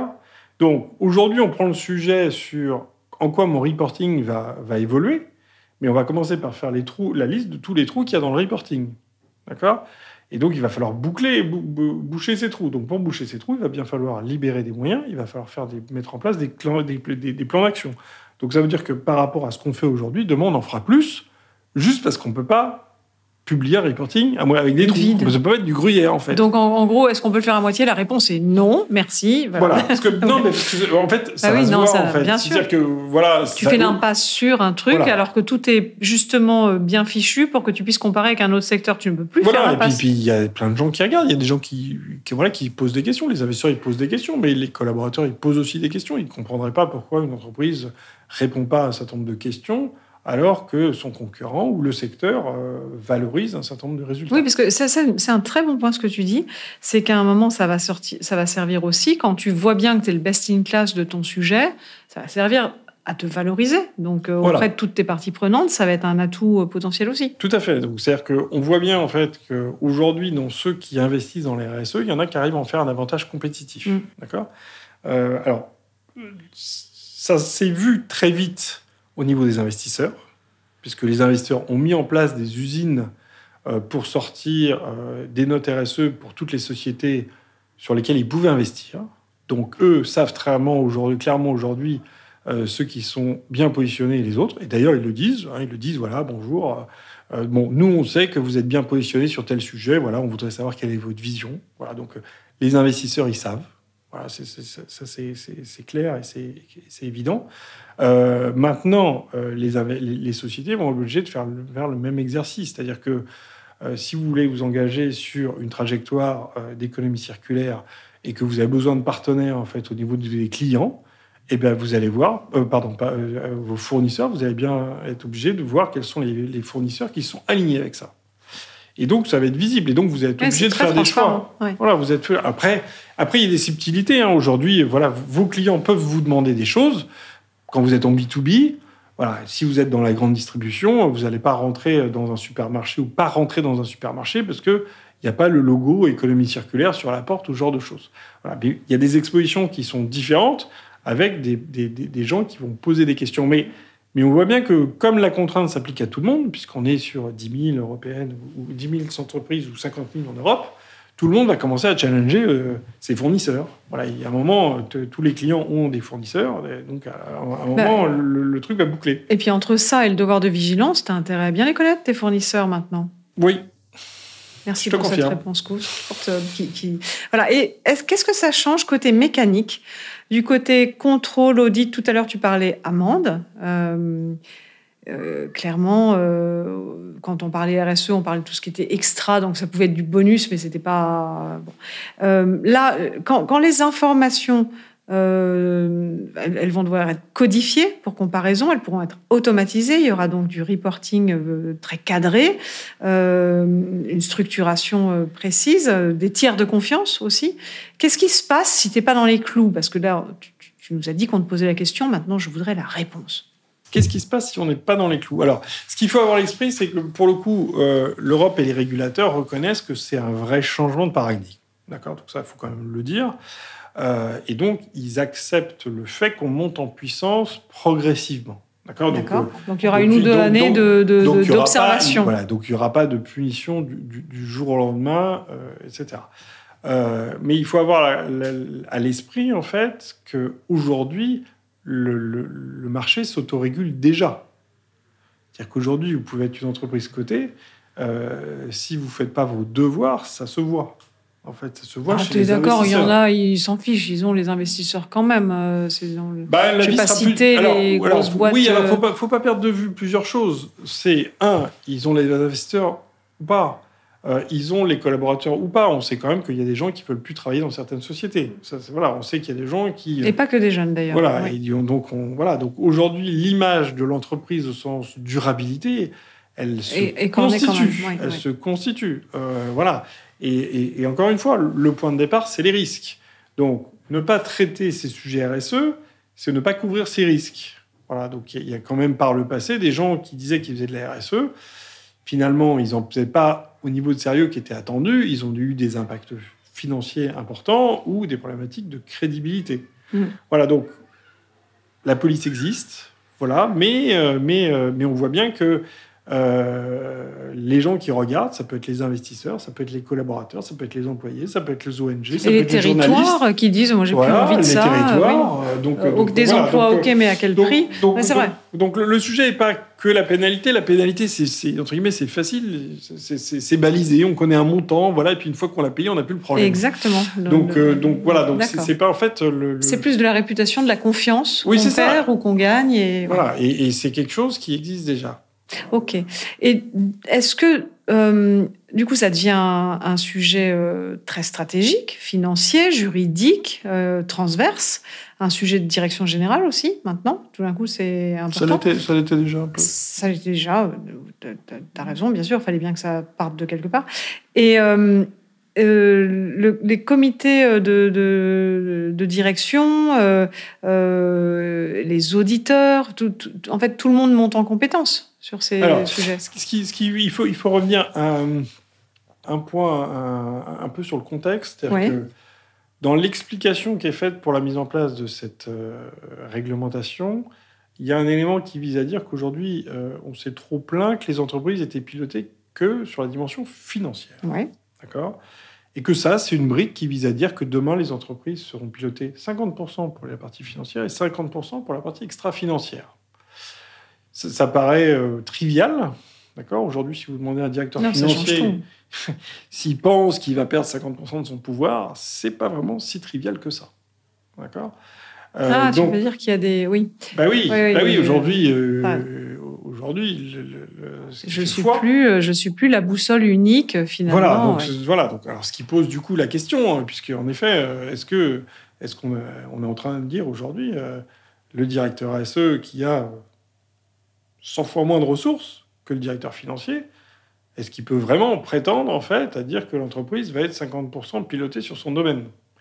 Donc, aujourd'hui, on prend le sujet sur en quoi mon reporting va, va évoluer, mais on va commencer par faire les trous, la liste de tous les trous qu'il y a dans le reporting. D'accord ? Et donc, il va falloir boucler, bou- bou- boucher ces trous. Donc, pour boucher ces trous, il va bien falloir libérer des moyens, il va falloir faire des, mettre en place des, clans- des, des- des plans d'action. Donc, ça veut dire que par rapport à ce qu'on fait aujourd'hui, demain, on en fera plus, juste parce qu'on ne peut pas publier un reporting à moi avec des trous. Vide. Ça peut être du gruyère, en fait. Donc, en, en gros, est-ce qu'on peut le faire à moitié ? La réponse est non, merci. Voilà. Voilà. Parce que, non, mais parce que, en fait, ça Ah va oui, se non, voir, ça, en fait. bien sûr. C'est-à-dire que, voilà... Tu ça- fais l'impasse sur un truc, Voilà. alors que tout est justement euh, bien fichu pour que tu puisses comparer avec un autre secteur. Tu ne peux plus faire Voilà, et puis l'impasse. puis il y a plein de gens qui regardent, il y a des gens qui, qui, voilà, qui posent des questions, les investisseurs ils posent des questions, mais les collaborateurs ils posent aussi des questions, ils ne comprendraient pas pourquoi une entreprise répond pas à un certain nombre de questions alors que son concurrent ou le secteur euh, valorise un certain nombre de résultats. Oui, parce que ça, ça, c'est un très bon point ce que tu dis, c'est qu'à un moment ça va, sortir, ça va servir aussi, quand tu vois bien que tu es le best in class de ton sujet, ça va servir à te valoriser. Donc, euh, Voilà. auprès de toutes tes parties prenantes, ça va être un atout euh, potentiel aussi. Tout à fait. Donc, c'est-à-dire qu'on voit bien en fait qu'aujourd'hui, dans ceux qui investissent dans les R S E, il y en a qui arrivent à en faire un avantage compétitif. Mm. D'accord ? Euh, alors, ça s'est vu très vite au niveau des investisseurs, puisque les investisseurs ont mis en place des usines euh, pour sortir euh, des notes R S E pour toutes les sociétés sur lesquelles ils pouvaient investir. Donc, eux savent clairement aujourd'hui, clairement aujourd'hui euh, ceux qui sont bien positionnés et les autres. Et d'ailleurs, ils le disent. Hein, ils le disent, voilà, bonjour. Euh, bon, nous, on sait que vous êtes bien positionnés sur tel sujet. Voilà, on voudrait savoir quelle est votre vision. Voilà, donc, euh, les investisseurs, ils savent. Voilà, c'est, c'est, c'est, ça, c'est, c'est, c'est clair et c'est, c'est évident. Euh, maintenant, euh, les, les, les sociétés vont être obligées de faire le, faire le même exercice. C'est-à-dire que euh, si vous voulez vous engager sur une trajectoire euh, d'économie circulaire et que vous avez besoin de partenaires en fait, au niveau des clients, eh bien, vous allez voir, euh, pardon, pas, euh, vos fournisseurs, vous allez bien être obligé de voir quels sont les, les fournisseurs qui sont alignés avec ça. Et donc, ça va être visible. Et donc, vous êtes Ouais, obligé de faire des choix. Ouais. Voilà, vous êtes... Après, après, il y a des subtilités. Hein. Aujourd'hui, voilà, vos clients peuvent vous demander des choses. Quand vous êtes en B deux B, voilà, si vous êtes dans la grande distribution, vous n'allez pas rentrer dans un supermarché ou pas rentrer dans un supermarché parce qu'il n'y a pas le logo économie circulaire sur la porte ou ce genre de choses. Voilà. Mais il y a des expositions qui sont différentes avec des, des, des, des gens qui vont poser des questions. Mais... Mais on voit bien que, comme la contrainte s'applique à tout le monde, puisqu'on est sur dix mille européennes ou dix mille entreprises ou cinquante mille en Europe, tout le monde va commencer à challenger euh, ses fournisseurs. Voilà, il y a un moment, t- tous les clients ont des fournisseurs, donc à un moment, bah, le, le truc va boucler. Et puis entre ça et le devoir de vigilance, tu as intérêt à bien les connaître, tes fournisseurs, maintenant. Oui. Merci pour confirme. cette réponse courte. Qui, qui... Voilà. Et est-ce, qu'est-ce que ça change côté mécanique ? Du côté contrôle, audit, tout à l'heure, tu parlais amende. Euh, euh, clairement, euh, quand on parlait R S E, on parlait de tout ce qui était extra, donc ça pouvait être du bonus, mais c'était pas... Bon. Euh, là, quand, quand les informations... Euh, elles, elles vont devoir être codifiées pour comparaison, elles pourront être automatisées, il y aura donc du reporting euh, très cadré, euh, une structuration euh, précise, euh, des tiers de confiance aussi. Qu'est-ce qui se passe si tu n'es pas dans les clous ? Parce que là, tu, tu nous as dit qu'on te posait la question, maintenant je voudrais la réponse. Qu'est-ce qui se passe si on n'est pas dans les clous ? Alors, ce qu'il faut avoir à l'esprit, c'est que pour le coup, euh, l'Europe et les régulateurs reconnaissent que c'est un vrai changement de paradigme. D'accord ? Donc ça, il faut quand même le dire. Euh, et donc, ils acceptent le fait qu'on monte en puissance progressivement. D'accord, D'accord. Donc, euh, donc, il y aura une ou deux donc, années donc, de, de, donc, d'observation. Pas, voilà, donc, il n'y aura pas de punition du, du, du jour au lendemain, euh, et cetera. Euh, mais il faut avoir la, la, à l'esprit, en fait, qu'aujourd'hui, le, le, le marché s'autorégule déjà. C'est-à-dire qu'aujourd'hui, vous pouvez être une entreprise cotée. Euh, si vous ne faites pas vos devoirs, ça se voit. En fait, ça se voit ah, chez les d'accord, investisseurs. Il y en a, ils s'en fichent, ils ont les investisseurs quand même. Euh, c'est dans le... bah, la Je ne vais pas citer plus... alors, les grosses alors, boîtes. Oui, alors il ne faut pas, faut pas perdre de vue plusieurs choses. C'est, un, ils ont les investisseurs ou pas. Euh, ils ont les collaborateurs ou pas. On sait quand même qu'il y a des gens qui ne veulent plus travailler dans certaines sociétés. Ça, c'est, voilà, on sait qu'il y a des gens qui... Et pas que des jeunes, d'ailleurs. Voilà, ouais. et donc, on, voilà, donc aujourd'hui, l'image de l'entreprise au sens durabilité, elle se et, et constitue. Ouais, elle ouais. se constitue. Euh, voilà. Et, et, et encore une fois, le point de départ, c'est les risques. Donc, ne pas traiter ces sujets R S E, c'est ne pas couvrir ces risques. Voilà, donc il y, y a quand même par le passé des gens qui disaient qu'ils faisaient de la R S E. Finalement, ils n'en faisaient pas au niveau de sérieux qui était attendu. Ils ont eu des impacts financiers importants ou des problématiques de crédibilité. Mmh. Voilà, donc la police existe, voilà, mais, euh, mais, euh, mais on voit bien que Euh, les gens qui regardent, ça peut être les investisseurs, ça peut être les collaborateurs, ça peut être les employés, ça peut être les O N G, ça et peut les être les journalistes. territoires qui disent moi j'ai voilà, plus envie de les ça. Territoires, Oui. euh, donc, Euh, donc, des voilà, emplois, donc, ok, mais à quel donc, prix donc, ouais, c'est donc, vrai. Donc le, le sujet n'est pas que la pénalité. La pénalité, c'est, c'est entre guillemets, c'est facile, c'est, c'est, c'est balisé. On connaît un montant, voilà, et puis une fois qu'on l'a payé, on n'a plus le problème. Exactement. Donc, le, euh, donc voilà, donc c'est, d'accord. c'est pas en fait le. le... C'est plus de la réputation, de la confiance oui, qu'on c'est perd ça. ou qu'on gagne. Et... Voilà, et, et c'est quelque chose qui existe déjà. Ok. Et est-ce que, euh, du coup, ça devient un, un sujet euh, très stratégique, financier, juridique, euh, transverse, un sujet de direction générale aussi, maintenant? Tout d'un coup, c'est important. Ça l'était, ça l'était déjà un peu. Ça l'était déjà. T'as raison, bien sûr, il fallait bien que ça parte de quelque part. Et... Euh, Euh, le, les comités de, de, de direction, euh, euh, les auditeurs, tout, tout, en fait, tout le monde monte en compétence sur ces Alors, sujets. Ce qui, ce qui, il, faut, il faut revenir à un point un, un peu sur le contexte. C'est-à-dire Oui. que dans l'explication qui est faite pour la mise en place de cette euh, réglementation, il y a un élément qui vise à dire qu'aujourd'hui, euh, on s'est trop plaint que les entreprises étaient pilotées que sur la dimension financière. Oui. D'accord ? Et que ça, c'est une brique qui vise à dire que demain, les entreprises seront pilotées cinquante pour cent pour la partie financière et cinquante pour cent pour la partie extra-financière. Ça, ça paraît euh, trivial, d'accord ? Aujourd'hui, si vous demandez à un directeur non, financier s'il pense qu'il va perdre cinquante pour cent de son pouvoir, c'est pas vraiment si trivial que ça, d'accord ? Euh, ah, donc, tu veux dire qu'il y a des... Oui. Bah oui, oui, bah oui aujourd'hui... Euh, ah. Aujourd'hui, le, le, le, je suis plus, je suis plus la boussole unique finalement. Voilà, donc, ouais. voilà. Donc, alors, ce qui pose du coup la question, hein, puisque en effet, est-ce que, est-ce qu'on est, on est en train de dire aujourd'hui, euh, le directeur R S E qui a cent fois moins de ressources que le directeur financier, est-ce qu'il peut vraiment prétendre en fait à dire que l'entreprise va être cinquante pour cent pilotée sur son domaine,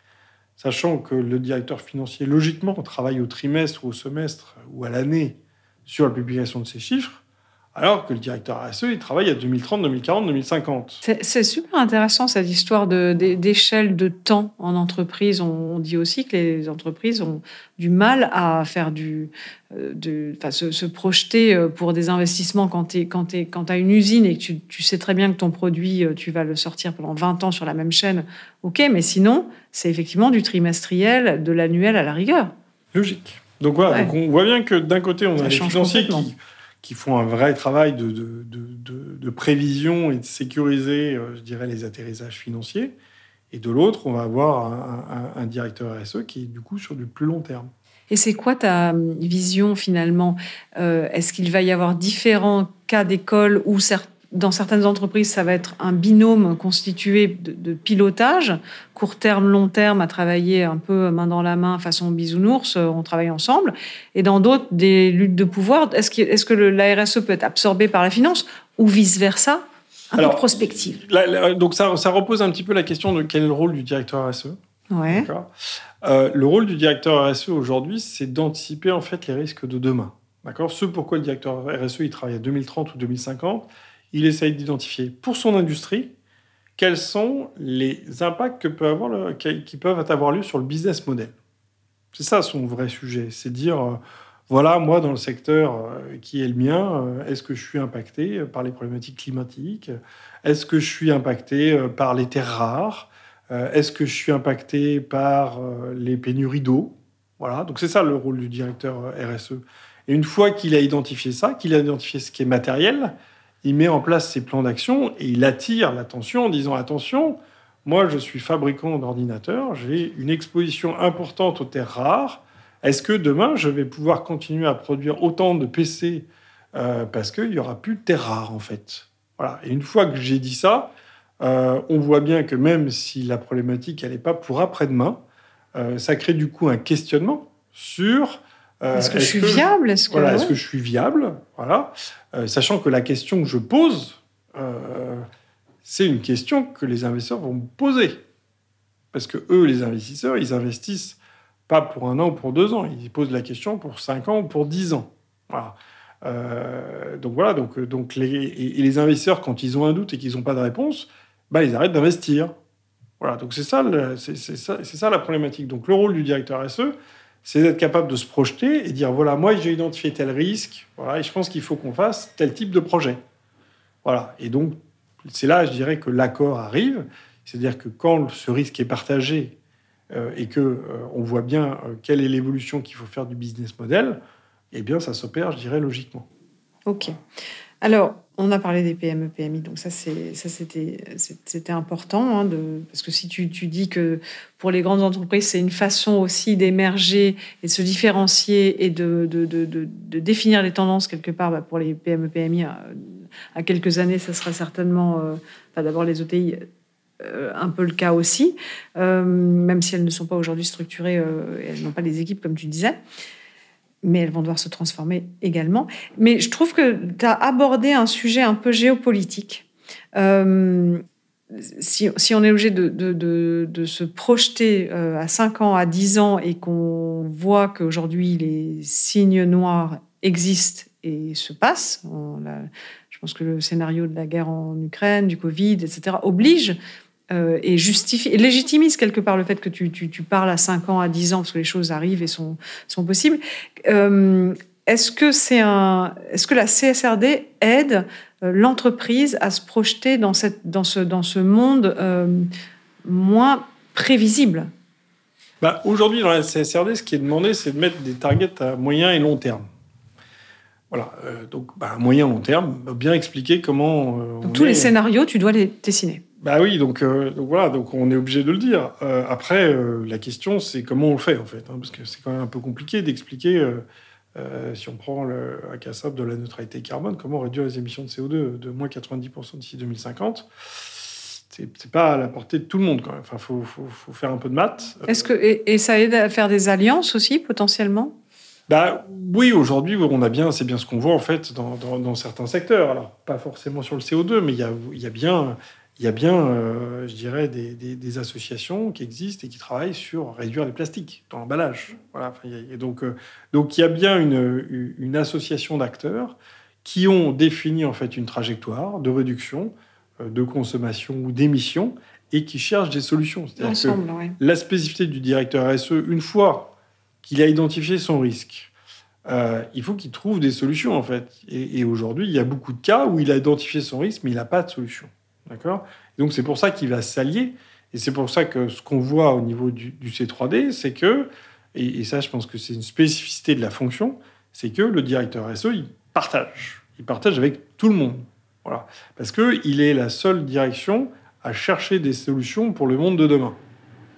sachant que le directeur financier logiquement travaille au trimestre ou au semestre ou à l'année sur la publication de ces chiffres, alors que le directeur R S E, il travaille à deux mille trente, deux mille quarante, deux mille cinquante. C'est, c'est super intéressant, cette histoire de, de, d'échelle de temps en entreprise. On, on dit aussi que les entreprises ont du mal à faire du... De, enfin, se, se projeter pour des investissements quand tu quand quand as une usine et que tu, tu sais très bien que ton produit, tu vas le sortir pendant vingt ans sur la même chaîne. OK, mais sinon, c'est effectivement du trimestriel, de l'annuel à la rigueur. Logique. Donc voilà, ouais. donc on voit bien que d'un côté, on Ça a les financiers qui, qui font un vrai travail de, de, de, de, de prévision et de sécuriser, euh, je dirais, les atterrissages financiers. Et de l'autre, on va avoir un, un, un directeur R S E qui est du coup sur du plus long terme. Et c'est quoi ta vision finalement ? euh, Est-ce qu'il va y avoir différents cas d'école où certains dans certaines entreprises, ça va être un binôme constitué de, de pilotage, court terme, long terme, à travailler un peu main dans la main, façon bisounours, on travaille ensemble. Et dans d'autres, des luttes de pouvoir. Est-ce que, est-ce que le, la R S E peut être absorbée par la finance ou vice-versa ? Un Alors, peu de prospective. Là, là, donc ça, ça repose un petit peu la question de quel est le rôle du directeur R S E. Ouais. D'accord. Euh, le rôle du directeur R S E aujourd'hui, c'est d'anticiper en fait les risques de demain. D'accord. Ce pourquoi le directeur R S E il travaille à deux mille trente ou deux mille cinquante. Il essaye d'identifier pour son industrie quels sont les impacts que peut avoir le, qui peuvent avoir lieu sur le business model. C'est ça son vrai sujet. C'est dire, euh, voilà, moi, dans le secteur euh, qui est le mien, euh, est-ce que je suis impacté par les problématiques climatiques ? Est-ce que je suis impacté euh, par les terres rares ? euh, Est-ce que je suis impacté par euh, les pénuries d'eau ? Voilà, donc c'est ça le rôle du directeur R S E. Et une fois qu'il a identifié ça, qu'il a identifié ce qui est matériel, il met en place ses plans d'action et il attire l'attention en disant « Attention, moi, je suis fabricant d'ordinateurs, j'ai une exposition importante aux terres rares. Est-ce que demain, je vais pouvoir continuer à produire autant de P C euh, parce qu'il n'y aura plus de terres rares, en fait ?» Voilà. Et une fois que j'ai dit ça, euh, on voit bien que même si la problématique, elle n'est pas pour après-demain, euh, ça crée du coup un questionnement sur... Euh, est-ce que est-ce je suis que, viable est-ce que, voilà, ouais. est-ce que je suis viable voilà. euh, Sachant que la question que je pose, euh, c'est une question que les investisseurs vont me poser. Parce que eux, les investisseurs, ils investissent pas pour un an ou pour deux ans. Ils posent la question pour cinq ans ou pour dix ans. Voilà. Euh, donc voilà, donc, donc les, et les investisseurs, quand ils ont un doute et qu'ils n'ont pas de réponse, bah, ils arrêtent d'investir. Voilà, donc c'est ça, le, c'est, c'est, ça, c'est ça la problématique. Donc le rôle du directeur R S E, c'est d'être capable de se projeter et dire, voilà, moi, j'ai identifié tel risque, voilà, et je pense qu'il faut qu'on fasse tel type de projet. Voilà. Et donc, c'est là, je dirais, que l'accord arrive. C'est-à-dire que quand ce risque est partagé euh, et qu'on euh, on voit bien euh, quelle est l'évolution qu'il faut faire du business model, eh bien, ça s'opère, je dirais, logiquement. OK. Alors, on a parlé des P M E, P M I, donc ça, c'est, ça c'était, c'était important, hein, de, parce que si tu, tu dis que pour les grandes entreprises, c'est une façon aussi d'émerger et de se différencier et de, de, de, de, de définir les tendances quelque part, bah, pour les P M E, P M I, à, à quelques années, ça sera certainement, euh, enfin, d'abord les O T I, euh, un peu le cas aussi, euh, même si elles ne sont pas aujourd'hui structurées, euh, elles n'ont pas les équipes, comme tu disais. Mais elles vont devoir se transformer également. Mais je trouve que tu as abordé un sujet un peu géopolitique. Euh, si, si on est obligé de, de, de, de se projeter euh, à cinq ans, à dix ans, et qu'on voit qu'aujourd'hui, les signes noirs existent et se passent, on, la, je pense que le scénario de la guerre en Ukraine, du Covid, et cetera, oblige Euh, et justifie, et légitimise quelque part le fait que tu, tu, tu parles à cinq ans, à dix ans, parce que les choses arrivent et sont, sont possibles. Euh, est-ce que c'est un, est-ce que la C S R D aide euh, l'entreprise à se projeter dans, cette, dans, ce, dans ce monde euh, moins prévisible? Bah, aujourd'hui, dans la C S R D, ce qui est demandé, c'est de mettre des targets à moyen et long terme. Voilà, euh, donc bah, à moyen et long terme, bien expliquer comment... Euh, donc tous est... les scénarios, tu dois les dessiner. Bah oui, donc, euh, donc voilà, donc on est obligé de le dire. Euh, après, euh, la question, c'est comment on le fait, en fait, hein, parce que c'est quand même un peu compliqué d'expliquer, euh, euh, si on prend le A C A S A B de la neutralité carbone, comment réduire les émissions de C O deux de moins quatre-vingt-dix pour cent d'ici deux mille cinquante. C'est, c'est pas à la portée de tout le monde, quand même. Enfin, faut, faut, faut faire un peu de maths. Est-ce que, et, et ça aide à faire des alliances aussi, potentiellement? Bah, oui, aujourd'hui, on a bien, c'est bien ce qu'on voit, en fait, dans, dans, dans certains secteurs. Alors, pas forcément sur le C O deux, mais il y a, il y a bien... Il y a bien, euh, je dirais, des, des, des associations qui existent et qui travaillent sur réduire les plastiques dans l'emballage. Voilà. Enfin, y a, donc, euh, donc, il y a bien une, une association d'acteurs qui ont défini en fait une trajectoire de réduction euh, de consommation ou d'émissions et qui cherchent des solutions. C'est-à-dire Ensemble, que ouais. La spécificité du directeur R S E, une fois qu'il a identifié son risque, euh, il faut qu'il trouve des solutions en fait. Et, et aujourd'hui, il y a beaucoup de cas où il a identifié son risque, mais il n'a pas de solution. D'accord ? Donc, c'est pour ça qu'il va s'allier. Et c'est pour ça que ce qu'on voit au niveau du, du C trois D, c'est que, et, et ça, je pense que c'est une spécificité de la fonction, c'est que le directeur R S E, il partage. Il partage avec tout le monde. Voilà. Parce qu'il est la seule direction à chercher des solutions pour le monde de demain. D'accord ?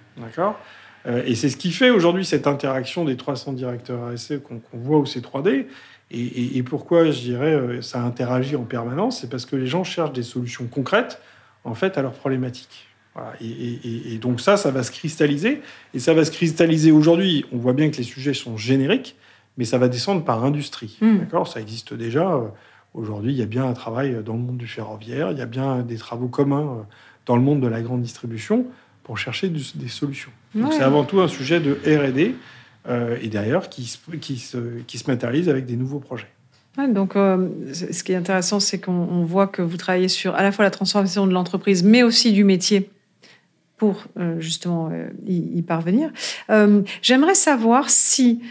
euh, Et c'est ce qui fait aujourd'hui cette interaction des trois cents directeurs R S E qu'on, qu'on voit au C trois D. Et, et, et pourquoi, je dirais, ça interagit en permanence, c'est parce que les gens cherchent des solutions concrètes, en fait, à leurs problématiques. Voilà. Et, et, et donc ça, ça va se cristalliser. Et ça va se cristalliser aujourd'hui. On voit bien que les sujets sont génériques, mais ça va descendre par industrie. Mmh. D'accord ? Ça existe déjà. Aujourd'hui, il y a bien un travail dans le monde du ferroviaire. Il y a bien des travaux communs dans le monde de la grande distribution pour chercher du, des solutions. Donc ouais. C'est avant tout un sujet de R et D. Euh, et d'ailleurs, qui, qui, se, qui se matérialise avec des nouveaux projets. Ouais, donc, euh, ce qui est intéressant, c'est qu'on on voit que vous travaillez sur à la fois la transformation de l'entreprise, mais aussi du métier pour euh, justement euh, y, y parvenir. Euh, j'aimerais savoir si,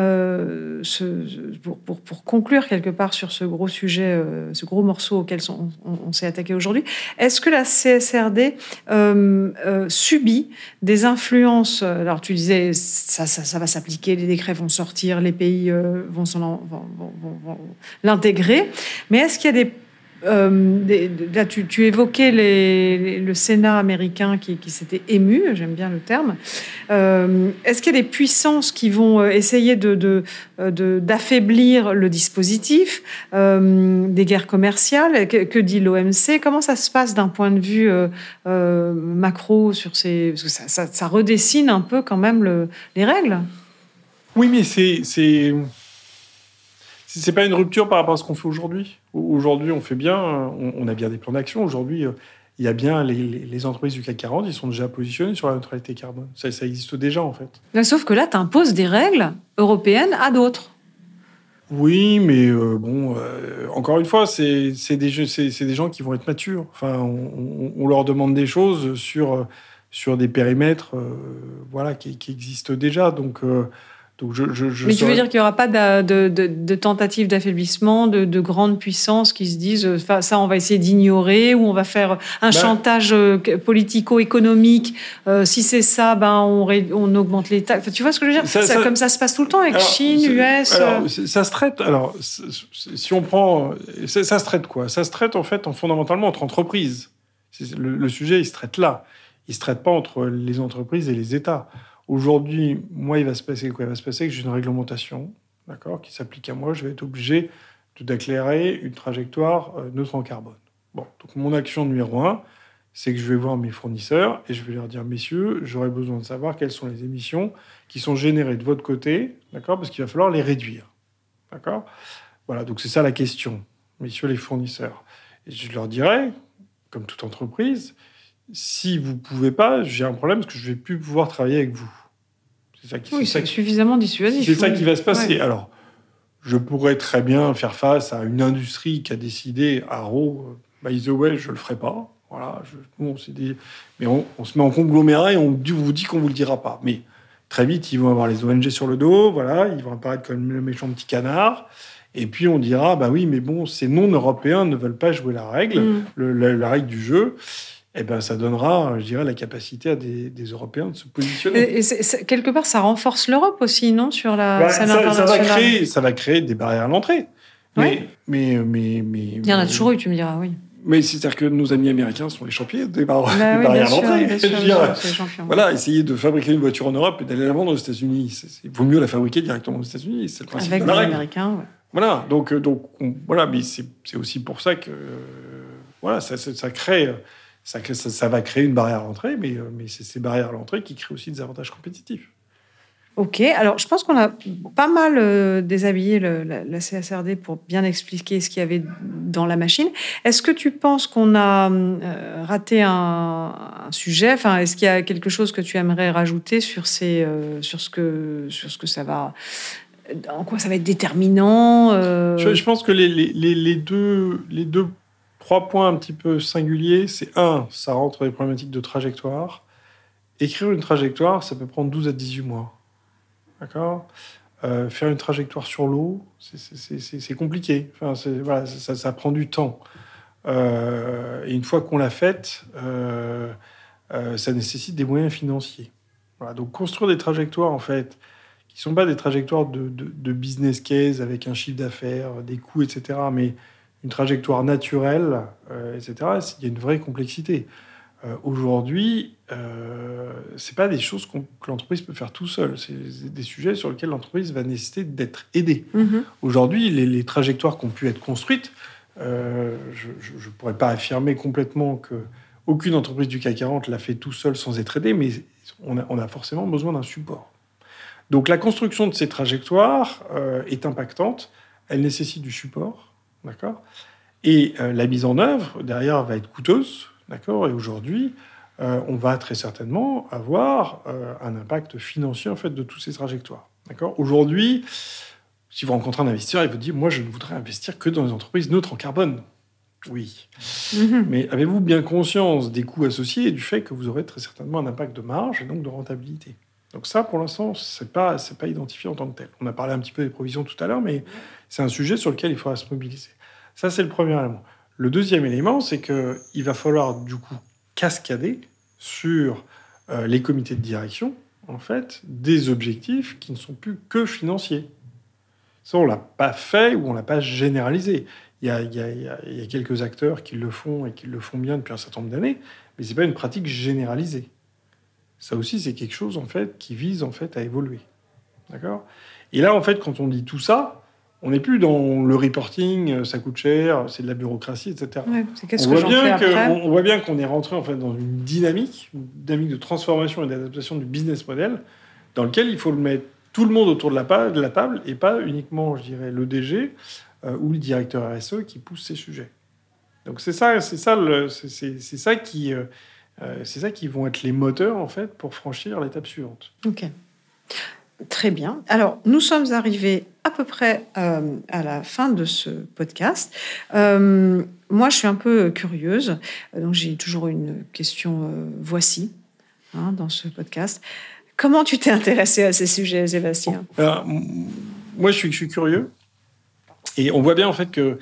euh, ce, pour, pour, pour conclure quelque part sur ce gros sujet, euh, ce gros morceau auquel on, on, on s'est attaqué aujourd'hui, est-ce que la C S R D euh, euh, subit des influences? Alors tu disais, ça, ça, ça va s'appliquer, les décrets vont sortir, les pays euh, vont, s'en, vont, vont, vont, vont l'intégrer, mais est-ce qu'il y a des Euh, des, là, tu, tu évoquais les, les, le Sénat américain qui, qui s'était ému, j'aime bien le terme. Euh, est-ce qu'il y a des puissances qui vont essayer de, de, de, d'affaiblir le dispositif, euh, des guerres commerciales? Que, que dit l'O M C? Comment ça se passe d'un point de vue euh, euh, macro sur ces... Parce que ça, ça, ça redessine un peu quand même le, les règles. Oui, mais c'est... c'est... C'est pas une rupture par rapport à ce qu'on fait aujourd'hui. Aujourd'hui, on fait bien, on a bien des plans d'action. Aujourd'hui, il y a bien les, les entreprises du C A C quarante, ils sont déjà positionnés sur la neutralité carbone. Ça, ça existe déjà, en fait. Là, sauf que là, tu imposes des règles européennes à d'autres. Oui, mais euh, bon, euh, encore une fois, c'est, c'est, des, c'est, c'est des gens qui vont être matures. Enfin, on, on, on leur demande des choses sur, sur des périmètres euh, voilà, qui, qui existent déjà. Donc... Euh, Donc je, je, je Mais saurais... tu veux dire qu'il n'y aura pas de, de, de, de tentative d'affaiblissement, de, de grandes puissances qui se disent euh, ça, on va essayer d'ignorer, ou on va faire un bah, chantage euh, politico-économique. Euh, si c'est ça, ben, on, ré, on augmente les taxes. Enfin, tu vois ce que je veux dire ça, ça, ça, Comme ça se passe tout le temps avec alors, Chine, U S. Alors, euh... ça se traite. Alors, si on prend. Ça, ça se traite quoi? Ça se traite en fait en, fondamentalement entre entreprises. Le, le sujet, il se traite là. Il ne se traite pas entre les entreprises et les États. Aujourd'hui, moi, il va se passer quoi? Il va se passer que j'ai une réglementation, d'accord, qui s'applique à moi. Je vais être obligé de déclarer une trajectoire euh, neutre en carbone. Bon, donc mon action numéro un, c'est que je vais voir mes fournisseurs et je vais leur dire, messieurs, j'aurais besoin de savoir quelles sont les émissions qui sont générées de votre côté, d'accord, parce qu'il va falloir les réduire, d'accord. Voilà, donc c'est ça la question, messieurs les fournisseurs. Et je leur dirai, comme toute entreprise, si vous ne pouvez pas, j'ai un problème parce que je ne vais plus pouvoir travailler avec vous. C'est ça qui, oui, c'est, c'est suffisamment dissuasif. C'est oui. ça qui va se passer. Ouais. Alors, je pourrais très bien faire face à une industrie qui a décidé, Haro, by the way, je ne le ferai pas. Voilà, je, bon, c'est des, mais on, on se met en conglomérat et on vous dit qu'on ne vous le dira pas. Mais très vite, ils vont avoir les O N G sur le dos, voilà, ils vont apparaître comme le méchant petit canard. Et puis on dira, bah oui, mais bon, ces non-européens ne veulent pas jouer la règle, mm. le, la, la règle du jeu. Eh ben, ça donnera, je dirais, la capacité à des, des Européens de se positionner. Et, et c'est, c'est, quelque part, ça renforce l'Europe aussi, non, sur la bah, scène ça, internationale. Ça va, créer, ça va créer des barrières à l'entrée. Ouais. Mais, mais, mais, mais, il y en a toujours eu, tu me diras, oui. Mais c'est-à-dire que nos amis américains sont les champions des, bar- bah, des oui, barrières à l'entrée. Bien sûr, bien sûr, c'est les champions. Voilà, essayer de fabriquer une voiture en Europe et d'aller la vendre aux États-Unis, il vaut mieux la fabriquer directement aux États-Unis. C'est le principe Avec de la les règle. Américains, ouais. Voilà, donc, donc on, voilà, mais c'est, c'est aussi pour ça que euh, voilà, ça, ça, ça crée. Ça, ça, ça va créer une barrière à l'entrée, mais, mais c'est ces barrières à l'entrée qui créent aussi des avantages compétitifs. Ok, alors je pense qu'on a pas mal euh, déshabillé le, la, la C S R D pour bien expliquer ce qu'il y avait dans la machine. Est-ce que tu penses qu'on a euh, raté un, un sujet? Enfin, est-ce qu'il y a quelque chose que tu aimerais rajouter sur, ces, euh, sur, ce, que, sur ce que ça va... En quoi ça va être déterminant euh... je, je pense que les, les, les, deux, les deux trois points un petit peu singuliers, c'est un, ça rentre dans les problématiques de trajectoire. Écrire une trajectoire, ça peut prendre douze à dix-huit mois. D'accord ? euh, Faire une trajectoire sur l'eau, c'est, c'est, c'est, c'est compliqué. Enfin, c'est, voilà, ça, ça prend du temps. Euh, et une fois qu'on l'a faite, euh, euh, ça nécessite des moyens financiers. Voilà, donc construire des trajectoires, en fait, qui ne sont pas des trajectoires de, de, de business case avec un chiffre d'affaires, des coûts, et cetera, mais une trajectoire naturelle, euh, et cetera, il y a une vraie complexité. Euh, aujourd'hui, euh, ce n'est pas des choses qu'on, que l'entreprise peut faire tout seul. C'est des sujets sur lesquels l'entreprise va nécessiter d'être aidée. Mm-hmm. Aujourd'hui, les, les trajectoires qui ont pu être construites, euh, je ne pourrais pas affirmer complètement qu'aucune entreprise du C A C quarante l'a fait tout seul sans être aidée, mais on a, on a forcément besoin d'un support. Donc la construction de ces trajectoires euh, est impactante, elle nécessite du support, d'accord ? Et euh, la mise en œuvre, derrière, va être coûteuse, d'accord ? Et aujourd'hui, euh, on va très certainement avoir euh, un impact financier, en fait, de toutes ces trajectoires, d'accord ? Aujourd'hui, si vous rencontrez un investisseur, il vous dit « Moi, je ne voudrais investir que dans les entreprises neutres en carbone. » Oui. Mm-hmm. Mais avez-vous bien conscience des coûts associés et du fait que vous aurez très certainement un impact de marge et donc de rentabilité ? Donc ça, pour l'instant, c'est pas, c'est pas identifié en tant que tel. On a parlé un petit peu des provisions tout à l'heure, mais c'est un sujet sur lequel il faudra se mobiliser. Ça, c'est le premier élément. Le deuxième élément, c'est qu'il va falloir, du coup, cascader sur euh, les comités de direction, en fait, des objectifs qui ne sont plus que financiers. Ça, on ne l'a pas fait ou on ne l'a pas généralisé. Il y a, il y a, il y a, il y a quelques acteurs qui le font et qui le font bien depuis un certain nombre d'années, mais ce n'est pas une pratique généralisée. Ça aussi, c'est quelque chose, en fait, qui vise, en fait, à évoluer. D'accord ? Et là, en fait, quand on dit tout ça, on n'est plus dans le reporting, ça coûte cher, c'est de la bureaucratie, et cetera. Ouais, c'est qu'est-ce on, que voit bien que, on, on voit bien qu'on est rentré, en fait, dans une dynamique, une dynamique de transformation et d'adaptation du business model, dans lequel il faut le mettre tout le monde autour de la, de la table, et pas uniquement, je dirais, le D G euh, ou le directeur R S E qui pousse ces sujets. Donc c'est ça, c'est ça, le, c'est, c'est, c'est ça qui... Euh, Euh, c'est ça qui vont être les moteurs, en fait, pour franchir l'étape suivante. Ok. Très bien. Alors, nous sommes arrivés à peu près euh, à la fin de ce podcast. Euh, moi, je suis un peu curieuse. Donc, j'ai toujours une question euh, voici, hein, dans ce podcast. Comment tu t'es intéressé à ces sujets, Sébastien ? Alors, moi, je suis, je suis curieux. Et on voit bien, en fait, que,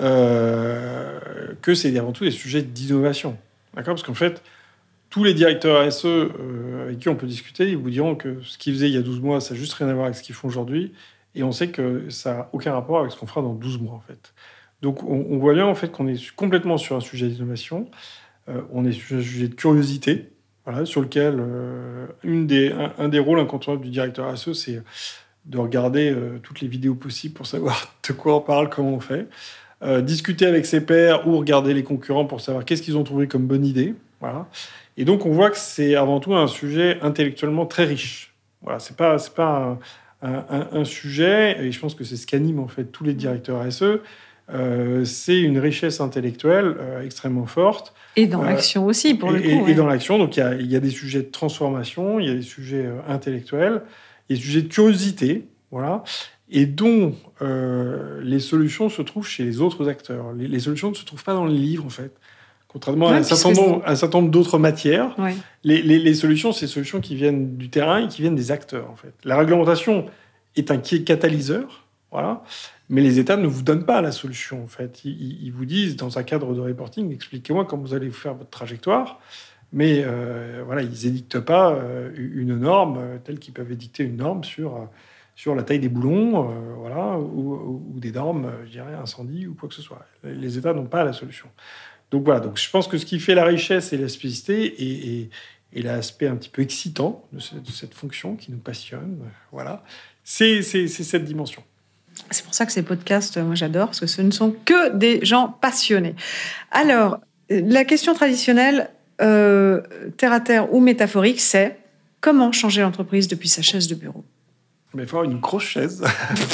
euh, que c'est avant tout des sujets d'innovation. D'accord ? Parce qu'en fait, tous les directeurs R S E euh, avec qui on peut discuter, ils vous diront que ce qu'ils faisaient il y a douze mois, ça n'a juste rien à voir avec ce qu'ils font aujourd'hui. Et on sait que ça n'a aucun rapport avec ce qu'on fera dans douze mois, en fait. Donc, on, on voit bien, en fait, qu'on est complètement sur un sujet d'innovation. Euh, on est sur un sujet de curiosité, voilà, sur lequel euh, une des, un, un des rôles incontournables du directeur R S E, c'est de regarder euh, toutes les vidéos possibles pour savoir de quoi on parle, comment on fait. Euh, discuter avec ses pairs ou regarder les concurrents pour savoir qu'est-ce qu'ils ont trouvé comme bonne idée. Voilà. Et donc, on voit que c'est avant tout un sujet intellectuellement très riche. Voilà, c'est pas, c'est pas un, un, un sujet, et je pense que c'est ce qu'anime en fait tous les directeurs R S E, euh, c'est une richesse intellectuelle euh, extrêmement forte. Et dans euh, l'action aussi, pour et, le coup. Et, ouais. et dans l'action, donc il y a, il y a des sujets de transformation, il y a des sujets euh, intellectuels, il y a des sujets de curiosité, voilà, et dont euh, les solutions se trouvent chez les autres acteurs. Les, les solutions ne se trouvent pas dans les livres, en fait. Contrairement ouais, à, un certain nombre, à un certain nombre d'autres matières, ouais. les, les, les solutions, c'est des solutions qui viennent du terrain et qui viennent des acteurs, en fait. La réglementation est un catalyseur, voilà, mais les États ne vous donnent pas la solution, en fait. Ils, ils vous disent, dans un cadre de reporting, expliquez-moi comment vous allez faire votre trajectoire, mais euh, voilà, ils n'édictent pas euh, une norme euh, telle qu'ils peuvent édicter une norme sur, euh, sur la taille des boulons, euh, voilà, ou, ou, ou des normes, euh, je dirais, incendie ou quoi que ce soit. Les États n'ont pas la solution. Donc voilà, donc je pense que ce qui fait la richesse et la spécificité et, et, et l'aspect un petit peu excitant de, ce, de cette fonction qui nous passionne, voilà, c'est, c'est, c'est cette dimension. C'est pour ça que ces podcasts, moi j'adore, parce que ce ne sont que des gens passionnés. Alors, la question traditionnelle, euh, terre à terre ou métaphorique, c'est comment changer l'entreprise depuis sa chaise de bureau ? Mais il faut avoir une grosse chaise,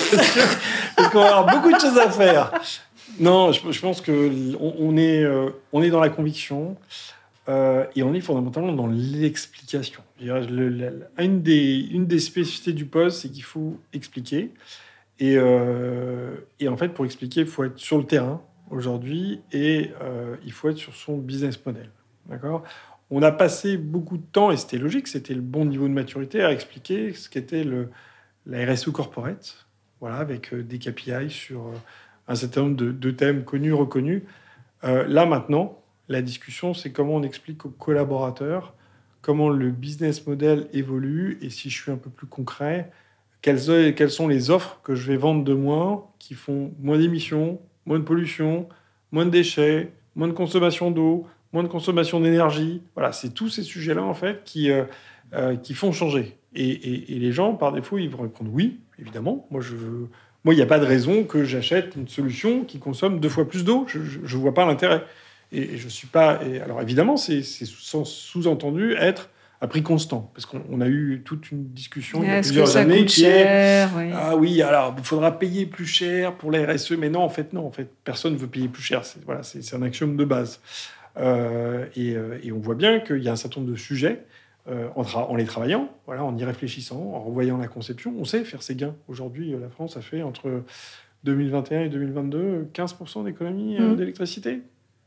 parce qu'on va avoir beaucoup de choses à faire. Non, je, je pense qu'on on est, euh, on est dans la conviction euh, et on est fondamentalement dans l'explication. Je dirais, le, le, une, des, une des spécificités du poste, c'est qu'il faut expliquer. Et, euh, et en fait, pour expliquer, il faut être sur le terrain aujourd'hui et euh, il faut être sur son business model. D'accord ? On a passé beaucoup de temps, et c'était logique, c'était le bon niveau de maturité, à expliquer ce qu'était le, la R S E corporate, voilà, avec des K P I sur un certain nombre de, de thèmes connus, reconnus. Euh, là, maintenant, la discussion, c'est comment on explique aux collaborateurs comment le business model évolue et, si je suis un peu plus concret, quelles, quelles sont les offres que je vais vendre de moins qui font moins d'émissions, moins de pollution, moins de déchets, moins de consommation d'eau, moins de consommation d'énergie. Voilà, c'est tous ces sujets-là, en fait, qui, euh, euh, qui font changer. Et, et, et les gens, par défaut, ils vont répondre oui, évidemment. Moi, je veux... Moi, il n'y a pas de raison que j'achète une solution qui consomme deux fois plus d'eau. Je ne vois pas l'intérêt. Et, et je suis pas... Et alors, évidemment, c'est, c'est sous-entendu être à prix constant. Parce qu'on on a eu toute une discussion il y a Est-ce plusieurs années qui cher, est... Oui. Ah oui, alors, il faudra payer plus cher pour la R S E. Mais non, en fait, non. En fait, personne ne veut payer plus cher. C'est, voilà, c'est, c'est un axiome de base. Euh, et, et on voit bien qu'il y a un certain nombre de sujets Euh, en, tra- en les travaillant, voilà, en y réfléchissant, en revoyant la conception, on sait faire ses gains. Aujourd'hui, la France a fait entre deux mille vingt et un et deux mille vingt-deux quinze pour cent d'économie euh, mmh. d'électricité.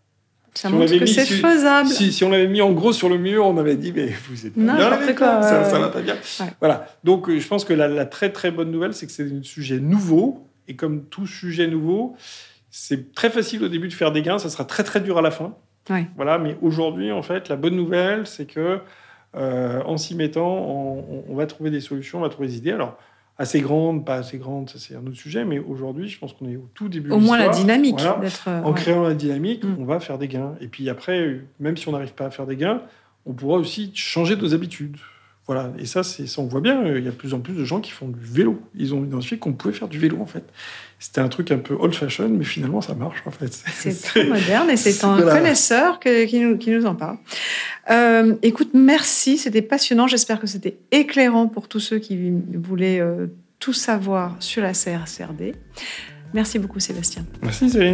Ça si montre que mis, c'est si, faisable. Si, si on l'avait mis en gros sur le mur, on avait dit mais vous êtes pas non, bien avec quoi, ça, ouais. ça va pas bien. Ouais. Voilà. Donc je pense que la, la très très bonne nouvelle, c'est que c'est un sujet nouveau et comme tout sujet nouveau, c'est très facile au début de faire des gains, ça sera très très dur à la fin. Ouais. Voilà. Mais aujourd'hui, en fait, la bonne nouvelle, c'est que Euh, en s'y mettant, on, on va trouver des solutions, on va trouver des idées. Alors, assez grandes, pas assez grandes, ça c'est un autre sujet, mais aujourd'hui, je pense qu'on est au tout début au de l'histoire. Au moins la dynamique. Voilà. D'être, euh, en ouais. créant la dynamique, mmh. on va faire des gains. Et puis après, même si on n'arrive pas à faire des gains, on pourra aussi changer nos habitudes. Voilà. Et ça, c'est, ça, on voit bien, il y a de plus en plus de gens qui font du vélo. Ils ont identifié qu'on pouvait faire du vélo, en fait. C'était un truc un peu old-fashion, mais finalement, ça marche, en fait. C'est, c'est très moderne et c'est, c'est un voilà. connaisseur que, qui, nous, qui nous en parle. Euh, écoute, merci, c'était passionnant. J'espère que c'était éclairant pour tous ceux qui voulaient euh, tout savoir sur la C R C R D. Merci beaucoup, Sébastien. Merci, Céline.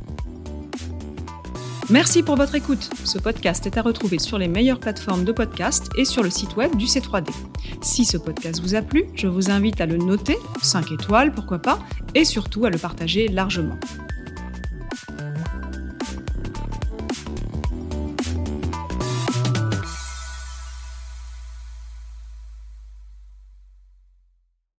Merci pour votre écoute. Ce podcast est à retrouver sur les meilleures plateformes de podcast et sur le site web du C trois D. Si ce podcast vous a plu, je vous invite à le noter, cinq étoiles, pourquoi pas, et surtout à le partager largement.